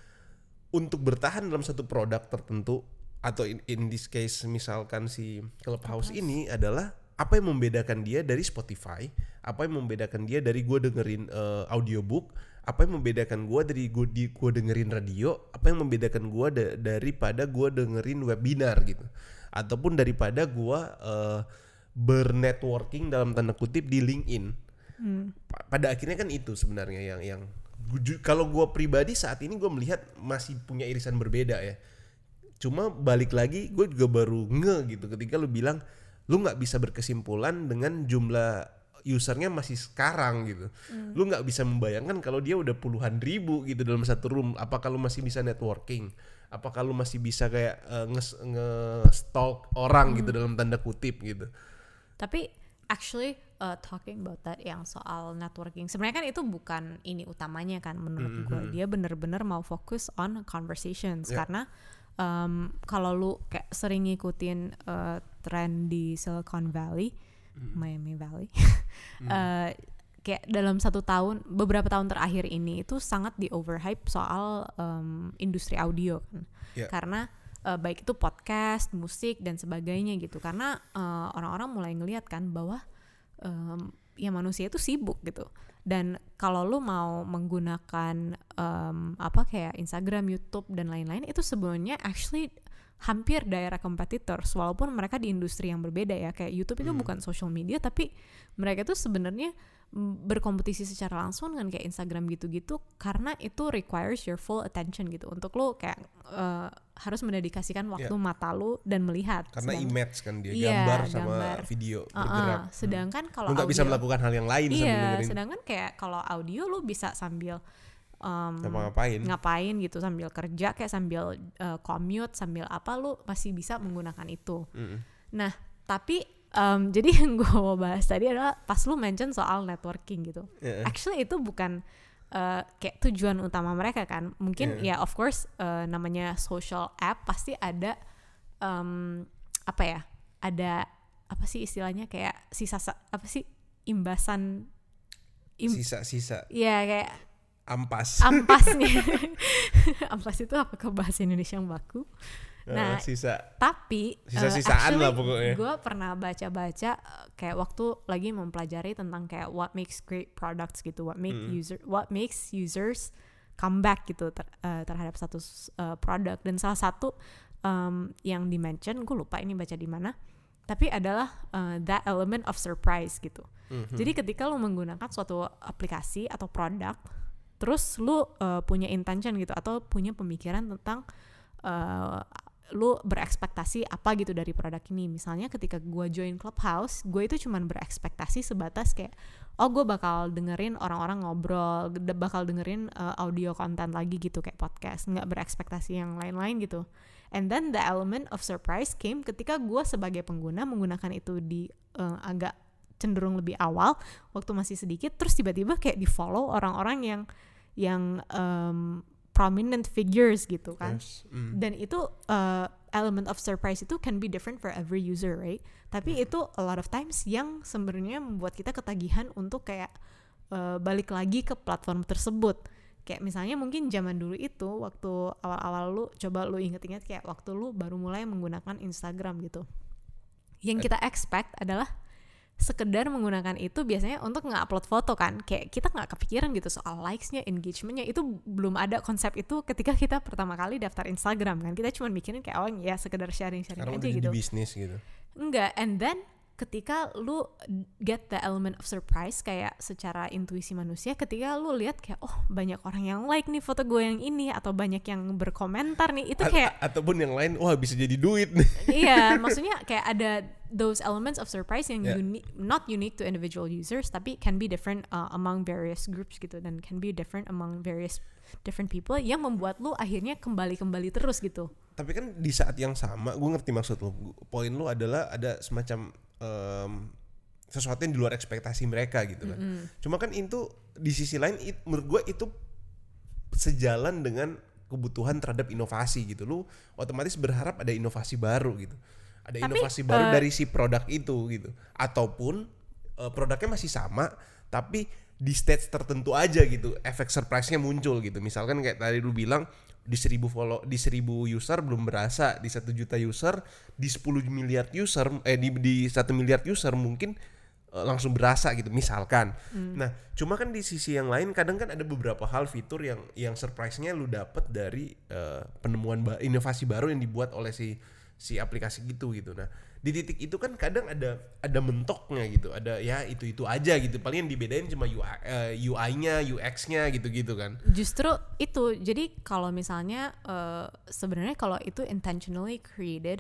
untuk bertahan dalam satu produk tertentu, atau in, in this case misalkan si Clubhouse ini adalah apa yang membedakan dia dari Spotify, apa yang membedakan dia dari gue dengerin uh, audiobook, apa yang membedakan gue dari gue di gue dengerin radio, apa yang membedakan gue da- daripada gue dengerin webinar gitu, ataupun daripada gue uh, bernetworking dalam tanda kutip di LinkedIn. Hmm. Pada akhirnya kan itu sebenarnya yang yang kalau gue pribadi saat ini gue melihat masih punya irisan berbeda ya. Cuma balik lagi gue juga baru nge gitu ketika lu bilang lu nggak bisa berkesimpulan dengan jumlah usernya masih sekarang gitu. Hmm. Lu nggak bisa membayangkan kalau dia udah puluhan ribu gitu dalam satu room. Apakah lu masih bisa networking? Apakah lu masih bisa kayak uh, nge- nge-stalk orang hmm. gitu dalam tanda kutip gitu. Tapi actually uh, talking about that yang soal networking, sebenarnya kan itu bukan ini utamanya kan menurut mm-hmm. gue. Dia bener-bener mau fokus on conversations yeah. karena um, kalau lu kayak sering ngikutin uh, tren di Silicon Valley, mm. Miami Valley, mm. uh, kayak dalam satu tahun, beberapa tahun terakhir ini itu sangat di overhype soal um, industri audio kan, yeah. karena Uh, baik itu podcast, musik dan sebagainya gitu, karena uh, orang-orang mulai ngelihat kan bahwa um, ya manusia itu sibuk gitu, dan kalau lu mau menggunakan um, apa kayak Instagram, YouTube dan lain-lain itu sebenarnya actually hampir daerah competitors, walaupun mereka di industri yang berbeda ya. Kayak YouTube itu hmm. bukan social media, tapi mereka itu sebenarnya berkompetisi secara langsung dengan kayak Instagram gitu-gitu, karena itu requires your full attention gitu, untuk lo kayak uh, harus mendedikasikan waktu yeah. mata lo dan melihat. Karena sedang, image kan dia iya, gambar sama gambar. video uh-uh. bergerak. Sedangkan hmm. kalau lo nggak bisa melakukan hal yang lain iya, sambil dengerin. Sedangkan kayak kalau audio lo bisa sambil um, ngapain ngapain gitu, sambil kerja kayak sambil uh, commute, sambil apa lo masih bisa menggunakan itu. Mm. Nah tapi Um, jadi yang gue mau bahas tadi adalah pas lu mention soal networking gitu. Yeah. Actually itu bukan uh, kayak tujuan utama mereka kan. Mungkin yeah. ya of course uh, namanya social app pasti ada um, apa ya? Ada apa sih istilahnya, kayak sisa apa sih imbasan im- sisa-sisa. Iya kayak ampas. Ampasnya. Ampas itu apakah bahasa Indonesia yang baku? Nah, sisa, tapi sisa-sisaan uh, lah pokoknya. Gue pernah baca-baca uh, kayak waktu lagi mempelajari tentang kayak what makes great products gitu, what make mm. user, what makes users come back gitu ter, uh, terhadap satu uh, produk. Dan salah satu um, yang dimention, gue lupa ini baca di mana, tapi adalah uh, that element of surprise gitu. Mm-hmm. Jadi ketika lu menggunakan suatu aplikasi atau produk, terus lu uh, punya intention gitu atau punya pemikiran tentang uh, lu berekspektasi apa gitu dari produk ini. Misalnya ketika gue join Clubhouse, gue itu cuman berekspektasi sebatas kayak, oh gue bakal dengerin orang-orang ngobrol, bakal dengerin uh, audio konten lagi gitu kayak podcast, nggak berekspektasi yang lain-lain gitu. And then the element of surprise came ketika gue sebagai pengguna menggunakan itu di uh, agak cenderung lebih awal, waktu masih sedikit, terus tiba-tiba kayak di follow orang-orang yang yang um, prominent figures gitu kan. Yes. Mm. Dan itu uh, element of surprise itu can be different for every user, right? Tapi mm. itu a lot of times yang sebenarnya membuat kita ketagihan untuk kayak uh, balik lagi ke platform tersebut. Kayak misalnya mungkin zaman dulu itu waktu awal-awal lu coba lu inget-inget kayak waktu lu baru mulai menggunakan Instagram gitu. Yang kita expect adalah sekedar menggunakan itu biasanya untuk nge-upload foto kan, kayak kita nggak kepikiran gitu soal likes-nya, engagement-nya, itu belum ada konsep itu ketika kita pertama kali daftar Instagram kan, kita cuma mikirin kayak oh ya sekedar sharing-sharing sekarang aja udah gitu. Di bisnis gitu. Enggak, and then ketika lu get the element of surprise kayak secara intuisi manusia, ketika lu lihat kayak oh banyak orang yang like nih foto gue yang ini, atau banyak yang berkomentar nih, itu kayak A- ataupun yang lain wah bisa jadi duit nih. Iya, maksudnya kayak ada those elements of surprise yang yeah. unique, not unique to individual users, tapi can be different uh, among various groups gitu, dan can be different among various different people yang membuat lu akhirnya kembali-kembali terus gitu. Tapi kan di saat yang sama, gue ngerti maksud lu. Poin lu adalah ada semacam um, sesuatu yang di luar ekspektasi mereka gitu kan. Mm-hmm. Cuma kan itu di sisi lain, it, menurut gue itu sejalan dengan kebutuhan terhadap inovasi gitu. Lu otomatis berharap ada inovasi baru gitu. Ada tapi, inovasi baru uh, dari si produk itu gitu. Ataupun uh, produknya masih sama tapi di stage tertentu aja gitu efek surprise-nya muncul gitu. Misalkan kayak tadi lu bilang di seribu follow, di seribu user belum berasa, di satu juta user, di sepuluh miliar user, eh di di satu miliar user mungkin uh, langsung berasa gitu misalkan. Hmm. Nah, cuma kan di sisi yang lain kadang kan ada beberapa hal fitur yang yang surprise-nya lu dapet dari uh, penemuan ba- inovasi baru yang dibuat oleh si si aplikasi gitu gitu. Nah, di titik itu kan kadang ada ada mentoknya gitu, ada ya itu-itu aja gitu. Paling yang dibedain cuma U I, uh, U I-nya, U X-nya gitu-gitu kan. Justru itu. Jadi kalau misalnya uh, sebenarnya kalau itu intentionally created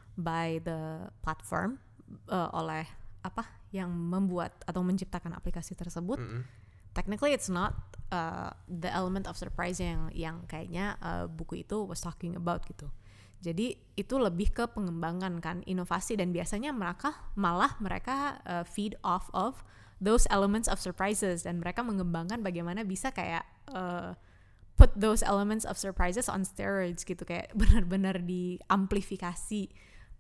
by the platform uh, oleh apa yang membuat atau menciptakan aplikasi tersebut, mm-hmm. technically it's not uh, the element of surprise yang yang kayaknya uh, buku itu was talking about gitu. Jadi itu lebih ke pengembangan kan, inovasi, dan biasanya mereka malah mereka uh, feed off of those elements of surprises, dan mereka mengembangkan bagaimana bisa kayak uh, put those elements of surprises on steroids gitu, kayak benar-benar diamplifikasi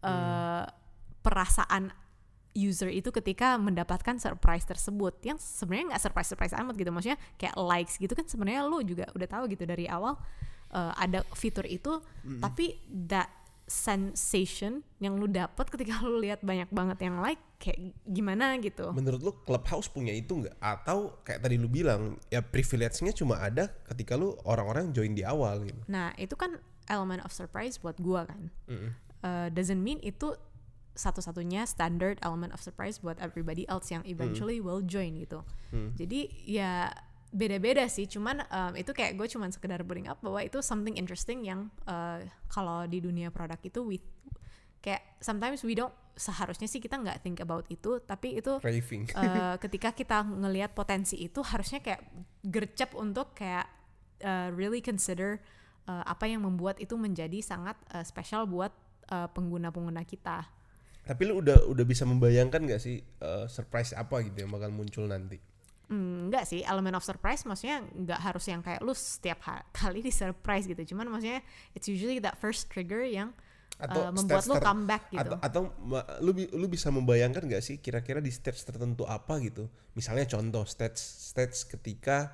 uh, hmm. perasaan user itu ketika mendapatkan surprise tersebut, yang sebenarnya nggak surprise-surprise amat gitu, maksudnya kayak likes gitu kan sebenarnya lu juga udah tahu gitu dari awal. Uh, ada fitur itu, mm-hmm. tapi that sensation yang lu dapat ketika lu lihat banyak banget yang like kayak gimana gitu. Menurut lu Clubhouse punya itu nggak? Atau kayak tadi lu bilang ya privilege-nya cuma ada ketika lu orang-orang join di awal gitu. Nah itu kan element of surprise buat gua kan. Mm-hmm. uh, doesn't mean itu satu-satunya standard element of surprise buat everybody else yang eventually mm-hmm. will join gitu. Mm-hmm. Jadi ya beda-beda sih, cuman um, itu kayak gue cuman sekedar bring up bahwa itu something interesting yang uh, kalau di dunia produk itu we, kayak sometimes we don't, seharusnya sih kita nggak think about itu, tapi itu uh, ketika kita ngelihat potensi itu harusnya kayak gercep untuk kayak uh, really consider uh, apa yang membuat itu menjadi sangat uh, spesial buat uh, pengguna-pengguna kita. Tapi lu udah udah bisa membayangkan nggak sih uh, surprise apa gitu yang bakal muncul nanti? Hmm, enggak sih, element of surprise maksudnya enggak harus yang kayak lu setiap ha- kali di surprise gitu. Cuman maksudnya it's usually that first trigger yang uh, membuat lu comeback gitu. Atau, atau lu lu bisa membayangkan enggak sih kira-kira di stage tertentu apa gitu. Misalnya contoh stage stage ketika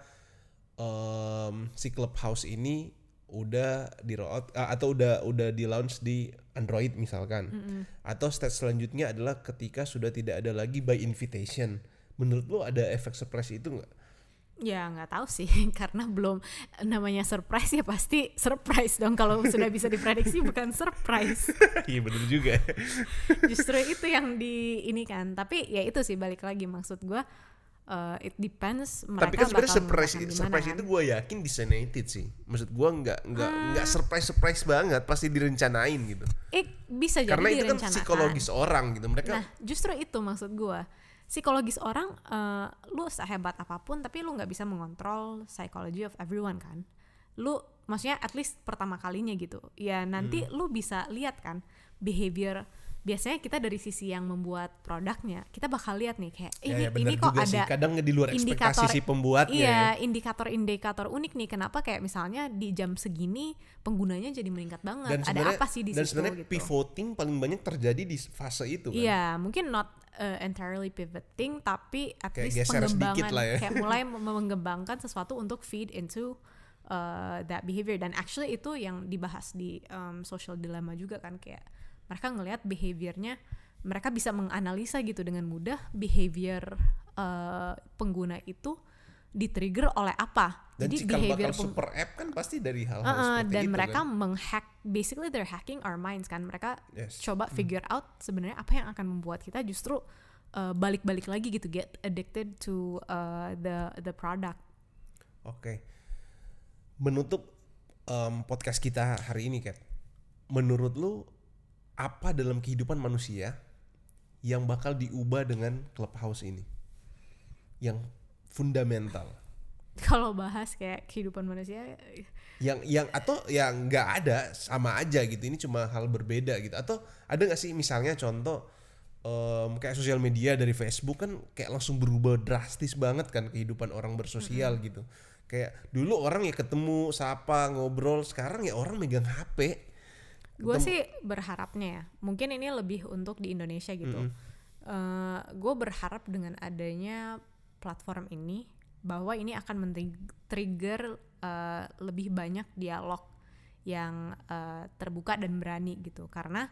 um, si Clubhouse ini udah di roll out uh, atau udah udah di launch di Android misalkan. Mm-hmm. Atau stage selanjutnya adalah ketika sudah tidak ada lagi by invitation. Menurut lo ada efek surprise itu nggak? Ya nggak tahu sih, karena belum, namanya surprise ya pasti surprise dong. Kalau sudah bisa diprediksi bukan surprise. Iya benar juga. Justru itu yang di ini kan. Tapi ya itu sih balik lagi maksud gue. uh, it depends mereka Tapi kan sebenarnya bakal surprise menggunakan surprise gimana, itu kan? gue yakin designated sih. Maksud gue nggak nggak Hmm. nggak surprise surprise banget, pasti direncanain gitu. Eh, bisa jadi Karena itu kan direncanakan. psikologis orang gitu. Mereka Nah, justru itu maksud gue. Psikologis orang, uh, lu sehebat apapun tapi lu nggak bisa mengontrol psychology of everyone kan. Lu maksudnya at least pertama kalinya gitu. Ya nanti Hmm. lu bisa lihat kan behavior. Biasanya kita dari sisi yang membuat produknya, kita bakal lihat nih kayak ya, ini ya bener ini kok juga sih. ada Kadang di luar ekspektasi si pembuatnya. Iya, ya. indikator-indikator unik nih. Kenapa kayak misalnya di jam segini penggunanya jadi meningkat banget. Dan Ada apa sih di dan situ sebenarnya gitu. pivoting paling banyak terjadi di fase itu kan. Iya, mungkin not uh, entirely pivoting, tapi at Kayak least geser sedikit pengembangan lah ya. kayak mulai mem- mengembangkan sesuatu untuk feed into uh, that behavior. Dan actually itu yang dibahas di um, social dilemma juga kan, kayak mereka ngelihat behaviornya, mereka bisa menganalisa gitu dengan mudah behavior uh, pengguna itu di-trigger oleh apa. Dan Jadi cikal behavior bakal peng- super app kan pasti dari hal-hal Uh-uh, seperti dan itu mereka kan. menghack, basically they're hacking our minds kan. Mereka Yes. coba figure out sebenarnya apa yang akan membuat kita justru uh, balik-balik lagi gitu, get addicted to uh, the the product. Oke. Menutup um, podcast kita hari ini, Kat. Menurut lu apa dalam kehidupan manusia yang bakal diubah dengan Clubhouse ini? Yang fundamental. Kalau bahas kayak kehidupan manusia, Yang yang atau yang nggak ada, sama aja gitu. Ini cuma hal berbeda gitu. Atau ada nggak sih misalnya contoh um, kayak sosial media dari Facebook kan kayak langsung berubah drastis banget kan kehidupan orang bersosial mm-hmm. gitu. Kayak dulu orang ya ketemu, sapa, ngobrol, sekarang ya orang megang H P. gue sih berharapnya ya, mungkin ini lebih untuk di Indonesia gitu. Mm-hmm. Uh, gue berharap dengan adanya platform ini bahwa ini akan men-trigger uh, lebih banyak dialog yang uh, terbuka dan berani gitu. Karena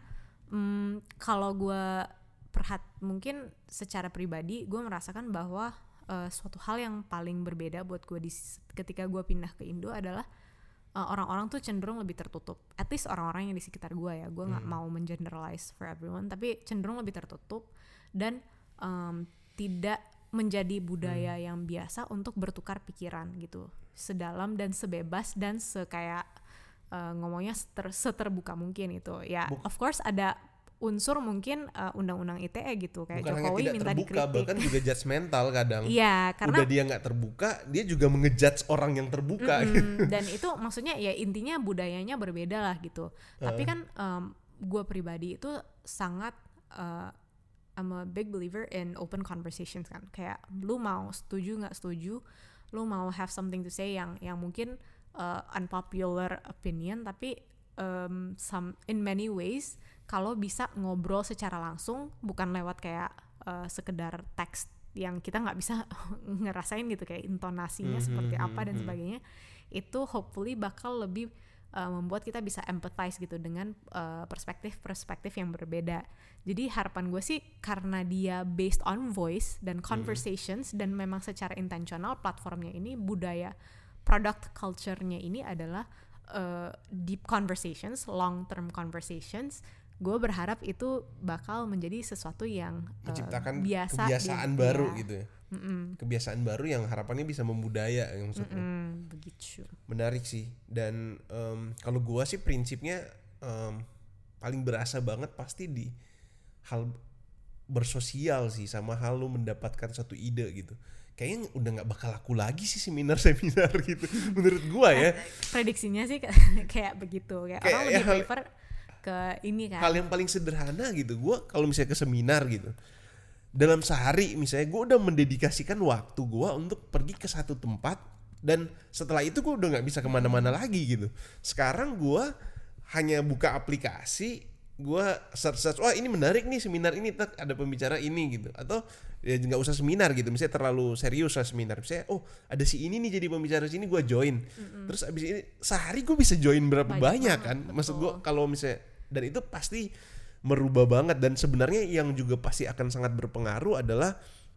um, kalau gue perhat mungkin secara pribadi gue merasakan bahwa uh, suatu hal yang paling berbeda buat gue di, ketika gue pindah ke Indo adalah uh, orang-orang tuh cenderung lebih tertutup. At least orang-orang yang di sekitar gue ya, gue nggak hmm. mau mengeneralize for everyone, tapi cenderung lebih tertutup dan um, tidak menjadi budaya hmm. yang biasa untuk bertukar pikiran gitu, sedalam dan sebebas dan sekayak uh, ngomongnya seter, seterbuka mungkin itu ya. Buk- of course ada unsur mungkin uh, undang-undang I T E gitu, kayak bukan Jokowi hanya minta terbuka, dikritik, bahkan juga judgmental kadang. Iya, karena udah dia nggak terbuka, dia juga mengejudge orang yang terbuka. Dan itu maksudnya ya intinya budayanya berbeda lah gitu. Uh. Tapi kan um, gue pribadi itu sangat uh, I'm a big believer in open conversations kan. Kayak lu mau setuju nggak setuju, lu mau have something to say yang yang mungkin uh, unpopular opinion, tapi um, some in many ways kalau bisa ngobrol secara langsung, bukan lewat kayak uh, sekedar teks yang kita nggak bisa ngerasain gitu, kayak intonasinya mm-hmm, seperti apa dan mm-hmm. sebagainya, itu hopefully bakal lebih uh, membuat kita bisa empathize gitu dengan uh, perspektif-perspektif yang berbeda. Jadi harapan gue sih karena dia based on voice dan conversations mm-hmm. dan memang secara intensional platformnya ini, budaya product culture-nya ini adalah uh, deep conversations, long term conversations. Gue berharap itu bakal menjadi sesuatu yang menciptakan uh, biasa kebiasaan di, baru ya. gitu ya. Mm-mm. Kebiasaan baru yang harapannya bisa membudaya yang maksudnya. Begitu. Menarik sih. Dan um, kalau gue sih prinsipnya um, paling berasa banget pasti di hal bersosial sih, sama hal lu mendapatkan satu ide gitu. Kayaknya udah nggak bakal laku lagi sih seminar-seminar gitu. Menurut gue ya. Prediksinya sih kayak begitu. Kayak, kayak orang ya, lebih prefer ke ini kan. Hal yang paling sederhana gitu. Gue kalau misalnya ke seminar gitu, dalam sehari misalnya gue udah mendedikasikan waktu gue untuk pergi ke satu tempat, dan setelah itu gue udah nggak bisa kemana-mana lagi gitu. Sekarang gue hanya buka aplikasi, gue search-search, wah ini menarik nih seminar ini, tak ada pembicara ini gitu. Atau ya nggak usah seminar gitu, misalnya terlalu serius lah seminar, misalnya oh ada si ini nih jadi pembicara sini, gue join. Mm-hmm. Terus abis ini sehari gue bisa join berapa banyak, banyak kan. Betul. Maksud gue kalau misalnya, dan itu pasti merubah banget. Dan sebenarnya yang juga pasti akan sangat berpengaruh adalah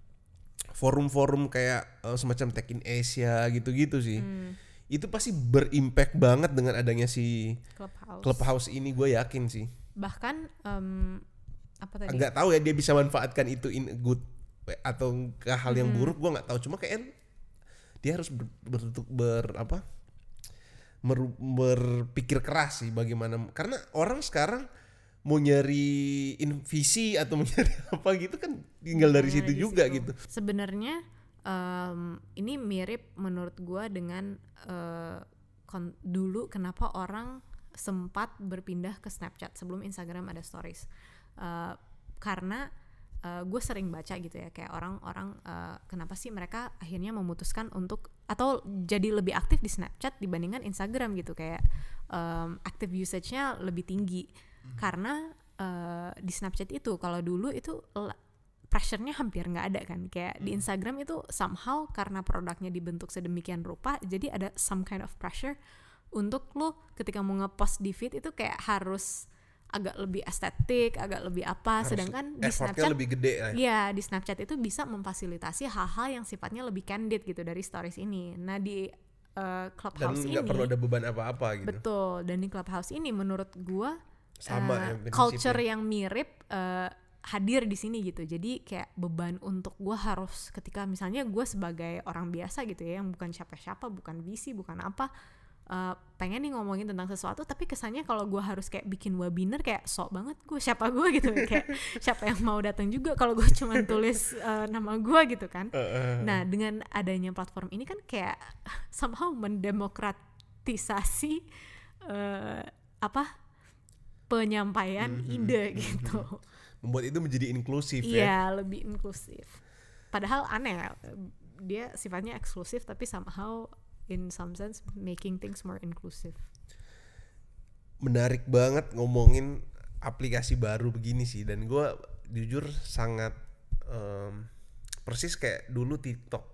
forum-forum kayak uh, semacam Tech in Asia gitu-gitu sih. Hmm. Itu pasti berimpact banget dengan adanya si Clubhouse, Clubhouse ini, gue yakin sih. Bahkan um, apa tadi? Nggak tahu ya dia bisa manfaatkan itu in a good atau ke hal yang Hmm. buruk gue nggak tahu, cuma kayak dia harus ber, ber, ber apa mer- berpikir keras sih bagaimana, karena orang sekarang mau nyari in- visi atau mau nyari apa gitu kan tinggal dari Makanya situ di juga situ. gitu. Sebenarnya em, ini mirip menurut gua dengan eh, kon- dulu kenapa orang sempat berpindah ke Snapchat sebelum Instagram ada stories. Eh, karena gue sering baca gitu ya, kayak orang-orang uh, kenapa sih mereka akhirnya memutuskan untuk atau jadi lebih aktif di Snapchat dibandingkan Instagram gitu, kayak um, active usage-nya lebih tinggi. Hmm. Karena uh, di Snapchat itu kalau dulu itu l- pressure-nya hampir nggak ada kan, kayak hmm. di Instagram itu somehow karena produknya dibentuk sedemikian rupa, jadi ada some kind of pressure untuk lo ketika mau ngepost di feed itu kayak harus agak lebih estetik, agak lebih apa. Harus, sedangkan di Snapchat lebih gede ya. Iya, di Snapchat itu bisa memfasilitasi hal-hal yang sifatnya lebih candid gitu dari stories ini. Nah, di uh, Clubhouse dan ini nggak perlu ada beban apa-apa gitu. Betul, dan di Clubhouse ini menurut gua sama uh, ya, culture yang mirip uh, hadir di sini gitu. Jadi kayak beban untuk gua harus ketika misalnya gua sebagai orang biasa gitu ya, yang bukan siapa-siapa, bukan V C, bukan apa, Uh, pengen nih ngomongin tentang sesuatu, tapi kesannya kalau gue harus kayak bikin webinar kayak sok banget gue, siapa gue gitu, kayak siapa yang mau datang juga kalau gue cuma tulis uh, nama gue gitu kan. Nah, dengan adanya platform ini kan kayak somehow mendemokratisasi uh, apa penyampaian mm-hmm. ide gitu, membuat itu menjadi inklusif. Iya, ya lebih inklusif, padahal aneh ya, dia sifatnya eksklusif tapi somehow in some sense making things more inclusive. Menarik banget ngomongin aplikasi baru begini sih, dan gue jujur sangat um, persis kayak dulu TikTok.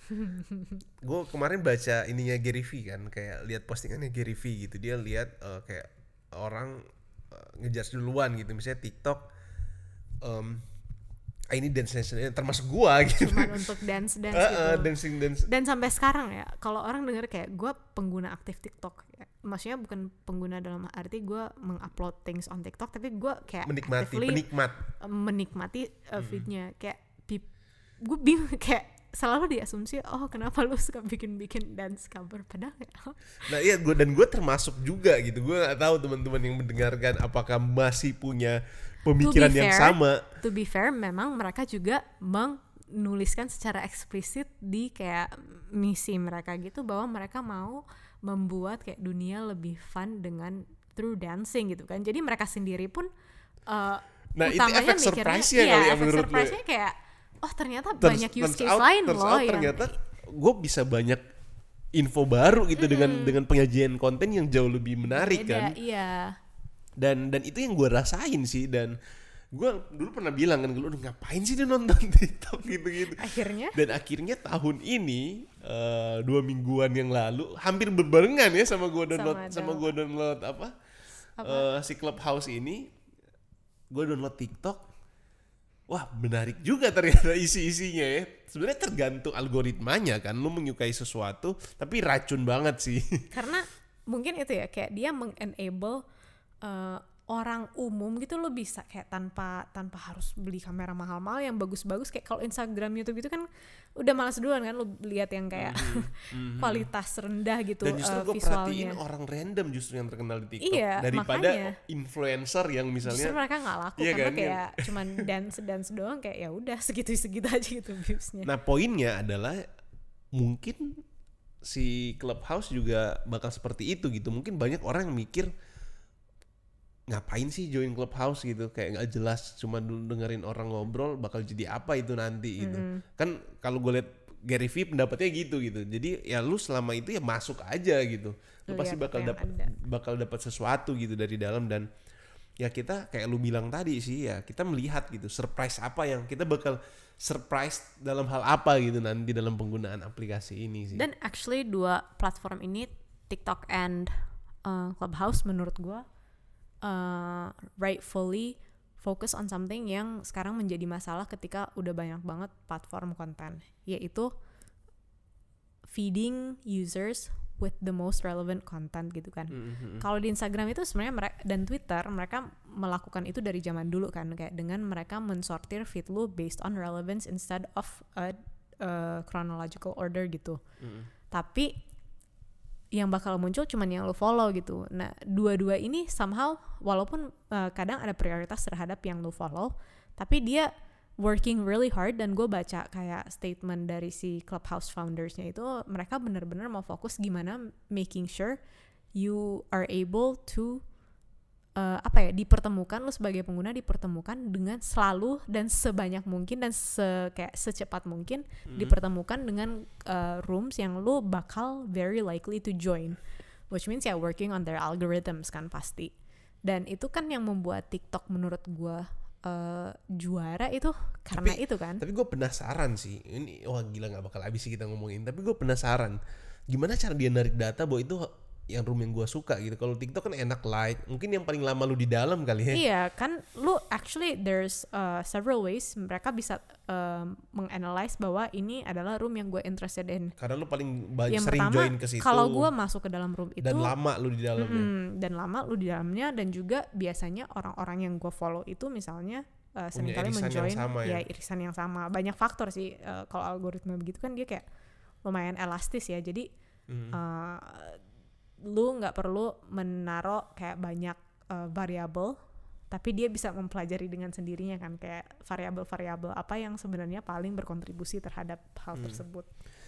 Gue kemarin baca ininya Gary V kan, kayak lihat postingannya Gary V gitu, dia lihat uh, kayak orang uh, ngejudge duluan gitu, misalnya TikTok um, ini dance dance termasuk gua gitu. Cuman untuk dance dance uh, gitu. Uh, dancing dance. Dan sampai sekarang ya, kalau orang denger kayak gua pengguna aktif TikTok, ya, maksudnya bukan pengguna dalam arti gua mengupload things on TikTok, tapi gua kayak menikmati, penikmat, menikmati uh, feednya. Kayak gue bingung, kayak selalu diasumsi, oh kenapa lu suka bikin-bikin dance cover, padahal ya. Nah iya, gue dan gue termasuk juga gitu. Gue nggak tahu teman-teman yang mendengarkan apakah masih punya pemikiran yang fair, sama. To be fair, memang mereka juga menuliskan secara eksplisit di kayak misi mereka gitu, bahwa mereka mau membuat kayak dunia lebih fun dengan through dancing gitu kan. Jadi mereka sendiri pun uh, nah, utamanya itu mikirnya, iya, kali ya, efek menurut surprise-nya kayak, oh ternyata turns, banyak use case out, lain loh out, yang ternyata gue bisa banyak info baru gitu, mm. dengan dengan penyajian konten yang jauh lebih menarik. Beda, kan iya. dan dan itu yang gue rasain sih, dan gue dulu pernah bilang kan, lu ngapain sih dia nonton TikTok gitu-gitu. Akhirnya dan akhirnya tahun ini uh, dua mingguan yang lalu hampir berbarengan ya sama gue download sama, sama gue download apa, apa? Uh, si Clubhouse ini, gue download TikTok. Wah, menarik juga ternyata isi-isinya ya. Sebenarnya tergantung algoritmanya kan, lu menyukai sesuatu, tapi racun banget sih. Karena mungkin itu ya, kayak dia meng-enable uh, orang umum gitu, lo bisa kayak tanpa tanpa harus beli kamera mahal-mahal yang bagus-bagus. Kayak kalau Instagram, YouTube gitu kan udah malas duluan kan lo lihat yang kayak mm-hmm. kualitas rendah gitu. Dan justru uh, gue visualnya. perhatiin orang random justru yang terkenal di TikTok, iya, daripada makanya influencer yang misalnya justru mereka nggak laku, iya karena kan, kayak yang cuman dance dance doang, kayak ya udah segitu-segitu aja gitu viewsnya. Nah poinnya adalah mungkin si Clubhouse juga bakal seperti itu gitu. Mungkin banyak orang yang mikir, ngapain sih join Clubhouse gitu, kayak nggak jelas, cuma dengerin orang ngobrol, bakal jadi apa itu nanti gitu. Mm-hmm. Kan kalau gue liat Gary V pendapatnya gitu gitu. Jadi ya lu selama itu ya masuk aja gitu. Lu pasti bakal dapat bakal dapat sesuatu gitu dari dalam. Dan ya kita kayak lu bilang tadi sih, ya kita melihat gitu surprise apa yang kita bakal surprise dalam hal apa gitu nanti dalam penggunaan aplikasi ini sih. Dan actually dua platform ini, TikTok and uh, Clubhouse, menurut gue Uh, rightfully focus on something yang sekarang menjadi masalah ketika udah banyak banget platform konten, yaitu feeding users with the most relevant content gitu kan. Mm-hmm. Kalau di Instagram itu sebenarnya mereka dan Twitter mereka melakukan itu dari zaman dulu kan, kayak dengan mereka mensortir feed lu based on relevance instead of a, a chronological order gitu. Mm-hmm. Tapi yang bakal muncul cuman yang lu follow gitu. Nah, dua-dua ini somehow walaupun uh, kadang ada prioritas terhadap yang lu follow, tapi dia working really hard. Dan gue baca kayak statement dari si Clubhouse foundersnya itu, mereka benar-benar mau fokus gimana making sure you are able to uh, apa ya dipertemukan, lu sebagai pengguna dipertemukan dengan selalu dan sebanyak mungkin dan se kayak secepat mungkin hmm. dipertemukan dengan uh, rooms yang lu bakal very likely to join, which means ya working on their algorithms kan pasti. Dan itu kan yang membuat TikTok menurut gue uh, juara itu karena tapi, itu kan. Tapi gue penasaran sih, ini wah gila nggak bakal habis sih kita ngomongin, tapi gue penasaran gimana cara dia narik data bahwa itu yang room yang gue suka gitu. Kalau TikTok kan enak like, mungkin yang paling lama lu di dalam kali ya. Iya kan, lu actually there's uh, several ways mereka bisa uh, menganalyze bahwa ini adalah room yang gue interested in. Karena lu paling banyak yang sering pertama, join ke situ. Kalau gue masuk ke dalam room itu dan lama lu di dalamnya. Mm, dan lama lu di dalamnya dan juga biasanya orang-orang yang gue follow itu misalnya uh, seringkali menjoin ya, ya irisan yang sama. Banyak faktor sih uh, kalau algoritma begitu kan dia kayak lumayan elastis ya. Jadi mm. uh, lu nggak perlu menaruh kayak banyak uh, variabel, tapi dia bisa mempelajari dengan sendirinya kan kayak variabel-variabel apa yang sebenarnya paling berkontribusi terhadap hal hmm. tersebut.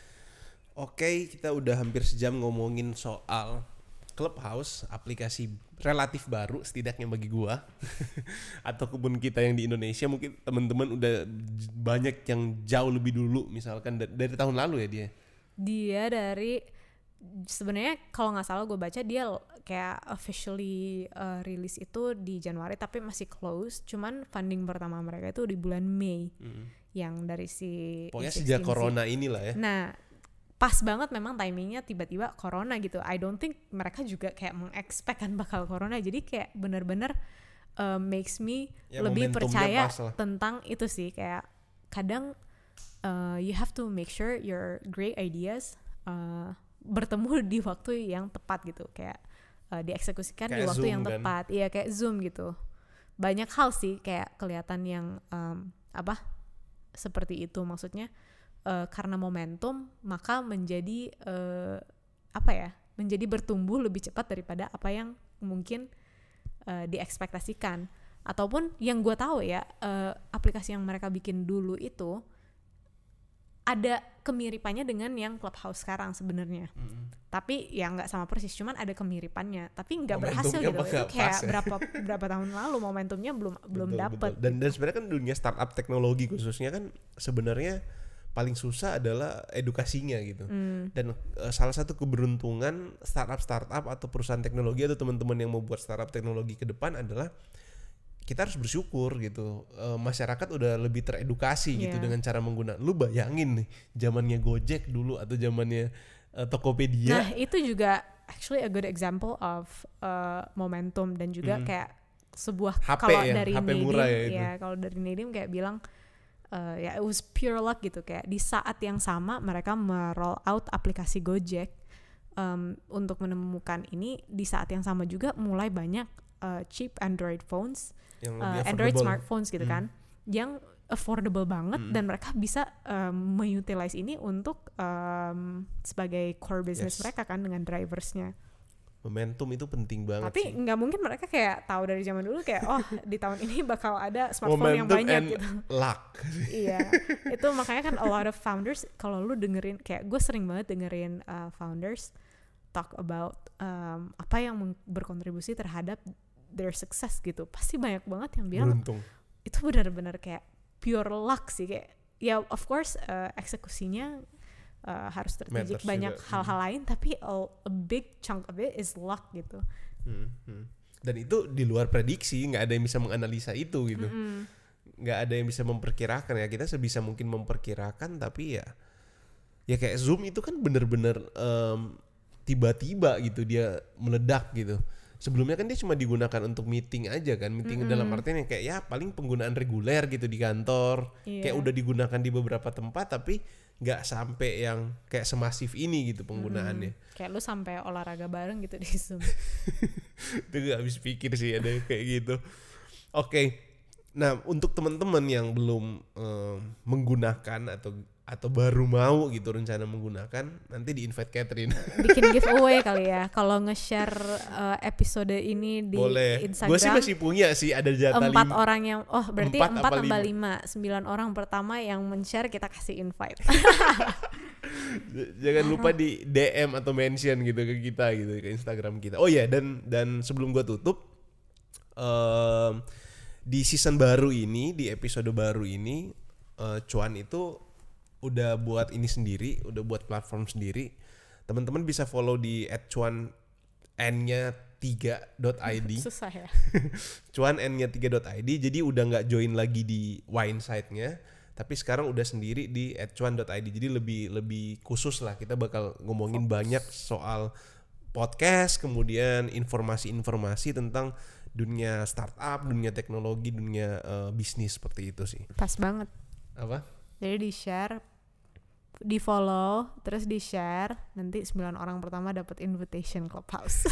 Oke, kita udah hampir sejam ngomongin soal Clubhouse, aplikasi relatif baru setidaknya bagi gua atau kebun kita yang di Indonesia. Mungkin teman-teman udah banyak yang jauh lebih dulu, misalkan dari, dari tahun lalu ya dia. Dia dari sebenarnya kalau nggak salah gue baca dia kayak officially uh, rilis itu di Januari tapi masih close. Cuman funding pertama mereka itu di bulan Mei hmm. yang dari si pokoknya sejak corona inilah ya. Nah pas banget memang timingnya tiba-tiba corona gitu. I don't think mereka juga kayak mengexpect kan bakal corona. Jadi kayak benar-benar uh, makes me ya, lebih percaya tentang itu sih. Kayak kadang uh, you have to make sure your great ideas uh, bertemu di waktu yang tepat gitu, kayak uh, dieksekusikan kayak di waktu Zoom yang tepat, kan? Iya kayak Zoom gitu. Banyak hal sih kayak kelihatan yang um, apa seperti itu, maksudnya uh, karena momentum maka menjadi uh, apa ya, menjadi bertumbuh lebih cepat daripada apa yang mungkin uh, diekspektasikan. Ataupun yang gue tahu ya uh, aplikasi yang mereka bikin dulu itu ada kemiripannya dengan yang Clubhouse sekarang sebenarnya, mm-hmm. tapi ya nggak sama persis, cuman ada kemiripannya, tapi nggak berhasil gitu. Itu kayak ya. berapa berapa tahun lalu momentumnya belum betul, belum dapet. Dan dan sebenarnya kan dunia startup teknologi khususnya kan sebenarnya paling susah adalah edukasinya gitu. Mm. Dan uh, salah satu keberuntungan startup startup atau perusahaan teknologi atau teman-teman yang mau buat startup teknologi ke depan adalah kita harus bersyukur gitu, e, masyarakat udah lebih teredukasi yeah. gitu dengan cara menggunakan. Lu bayangin nih zamannya Gojek dulu atau zamannya e, Tokopedia. Nah itu juga actually a good example of uh, momentum dan juga hmm. kayak sebuah kalau ya, dari H P Nadim murah ya, ya kalau dari Nadim kayak bilang uh, ya it was pure luck gitu, kayak di saat yang sama mereka meroll out aplikasi Gojek um, untuk menemukan ini, di saat yang sama juga mulai banyak uh, cheap Android phones. Uh, Android smartphones gitu hmm. kan yang affordable banget hmm. dan mereka bisa um, mengutilize ini untuk um, sebagai core business yes. mereka kan dengan driversnya. Momentum itu penting banget. Tapi sih. nggak mungkin mereka kayak tahu dari zaman dulu kayak oh di tahun ini bakal ada smartphone momentum yang banyak and gitu. Luck. Iya, itu makanya kan a lot of founders kalau lu dengerin, kayak gue sering banget dengerin uh, founders talk about um, apa yang berkontribusi terhadap their success gitu, pasti banyak banget yang bilang beruntung. Itu benar-benar kayak pure luck sih, kayak ya of course uh, eksekusinya uh, harus strategik, banyak juga. Hal-hal hmm. lain, tapi a, a big chunk of it is luck gitu. Hmm, hmm. Dan itu di luar prediksi, nggak ada yang bisa menganalisa itu gitu, mm-hmm. nggak ada yang bisa memperkirakan ya. Kita sebisa mungkin memperkirakan, tapi ya ya kayak Zoom itu kan benar-benar um, tiba-tiba gitu dia meledak gitu. sebelumnya kan dia cuma digunakan untuk meeting aja kan, meeting Mm-mm. dalam artian yang kayak ya paling penggunaan reguler gitu di kantor, Iya. kayak udah digunakan di beberapa tempat tapi nggak sampai yang kayak semasif ini gitu penggunaannya. Mm-mm. Kayak lu sampai olahraga bareng gitu di Zoom. Itu gak habis pikir sih ada kayak gitu. Oke, nah untuk teman-teman yang belum eh, menggunakan atau atau baru mau gitu rencana menggunakan, nanti di invite Catherine. Bikin giveaway kali ya kalau nge-share uh, episode ini di Boleh. Instagram. Gue sih masih punya sih ada jatah Empat lima. orang yang oh berarti Empat empat apa tambah lima? lima, sembilan orang pertama yang men-share kita kasih invite. Jangan lupa di D M atau mention gitu ke kita gitu ke Instagram kita. Oh ya, dan dan sebelum gue tutup, um, di season baru ini, di episode baru ini, uh, Cuan itu udah buat ini sendiri, udah buat platform sendiri. Teman-teman bisa follow di at cuan n-nya tiga dot i d. Susah ya. Cuan n-nya tiga dot i d. Jadi udah nggak join lagi di wine site-nya, tapi sekarang udah sendiri di at cuan dot i d. Jadi lebih lebih khusus lah, kita bakal ngomongin banyak soal podcast, kemudian informasi-informasi tentang dunia startup, dunia teknologi, dunia uh, bisnis seperti itu sih. Pas banget. Apa? Jadi di-share, di-follow, terus di-share, nanti sembilan orang pertama dapat invitation Clubhouse.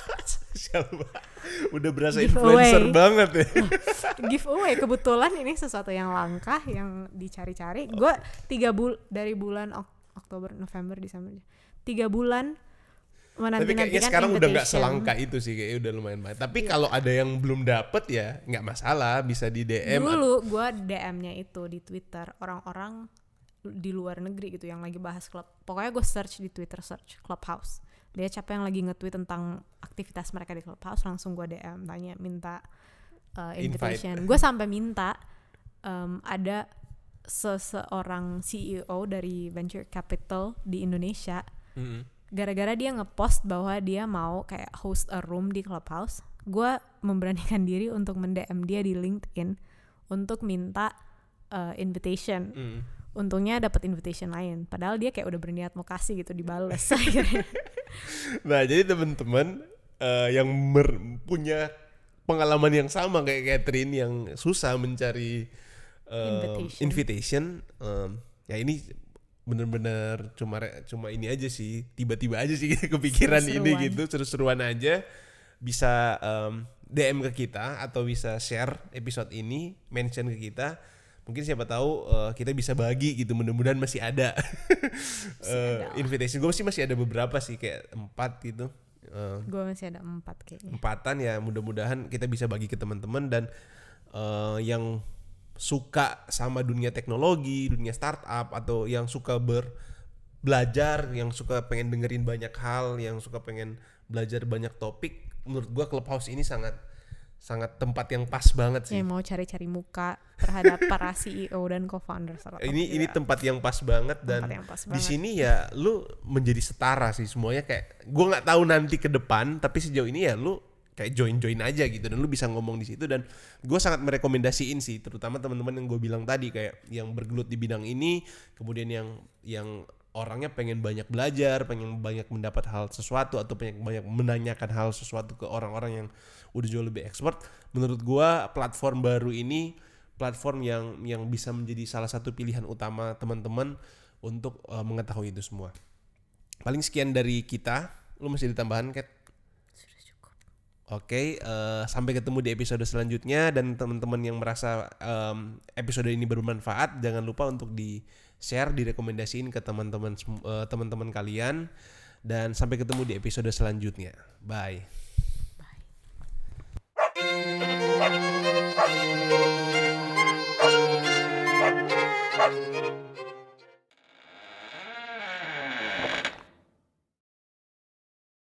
Siapa? Udah berasa Giveaway. influencer banget ya. Giveaway, kebetulan ini sesuatu yang langka yang dicari-cari. Gue tiga bul dari bulan ok- Oktober, November, Desember, tiga bulan menanti-nantikan Tapi kayaknya sekarang udah nggak invitation. selangka itu sih, kayaknya udah lumayan banget. Tapi kalau ada yang belum dapet ya nggak masalah, bisa di D M. Dulu gue D M-nya itu di Twitter orang-orang di luar negeri gitu yang lagi bahas klub. Pokoknya gue search di Twitter, search Clubhouse. Dia siapa yang lagi nge-tweet tentang aktivitas mereka di Clubhouse, langsung gue D M tanya minta uh, invitation. Gue sampai minta um, ada seseorang C E O dari venture capital di Indonesia. Mm-hmm. Gara-gara dia ngepost bahwa dia mau kayak host a room di Clubhouse, gue memberanikan diri untuk men-D M dia di LinkedIn untuk minta uh, invitation. Mm. Untungnya dapat invitation lain, padahal dia kayak udah berniat mau kasih gitu dibales akhirnya. Nah jadi teman-teman uh, yang mer- punya pengalaman yang sama kayak Catherine yang susah mencari um, Invitation. invitation, um, ya ini bener-bener cuma cuma ini aja sih, tiba-tiba aja sih kepikiran ini Seru-seruan. gitu, seru-seruan aja. Bisa um, D M ke kita atau bisa share episode ini, mention ke kita. Mungkin siapa tahu uh, kita bisa bagi gitu, mudah-mudahan masih ada, uh, ada. invitation. Gue sih masih ada beberapa sih, kayak empat gitu. Uh, Gue masih ada empat kayaknya. empatan ya, mudah-mudahan kita bisa bagi ke teman-teman. Dan uh, yang suka sama dunia teknologi, dunia startup, atau yang suka ber belajar, yang suka pengen dengerin banyak hal, yang suka pengen belajar banyak topik, menurut gue Clubhouse ini sangat sangat tempat yang pas banget sih. Yang mau cari-cari muka terhadap para C E O dan co-founder startup. Ini juga. ini tempat yang pas banget, dan Tempat yang pas di banget. sini ya lu menjadi setara sih semuanya. Kayak gue nggak tahu nanti ke depan, tapi sejauh ini ya lu kayak join-join aja gitu, dan lu bisa ngomong di situ. Dan gue sangat merekomendasiin sih, terutama teman-teman yang gue bilang tadi, kayak yang bergelut di bidang ini, kemudian yang yang orangnya pengen banyak belajar, pengen banyak mendapat hal sesuatu, atau pengen banyak menanyakan hal sesuatu ke orang-orang yang udah jauh lebih expert. Menurut gue platform baru ini platform yang yang bisa menjadi salah satu pilihan utama teman-teman untuk uh, mengetahui itu semua. Paling sekian dari kita. Lu masih ditambahan, Kat? Sudah cukup. Oke, uh, sampai ketemu di episode selanjutnya. Dan teman-teman yang merasa um, episode ini bermanfaat, jangan lupa untuk di share, direkomendasiin ke teman-teman uh, teman-teman kalian. Dan sampai ketemu di episode selanjutnya. Bye.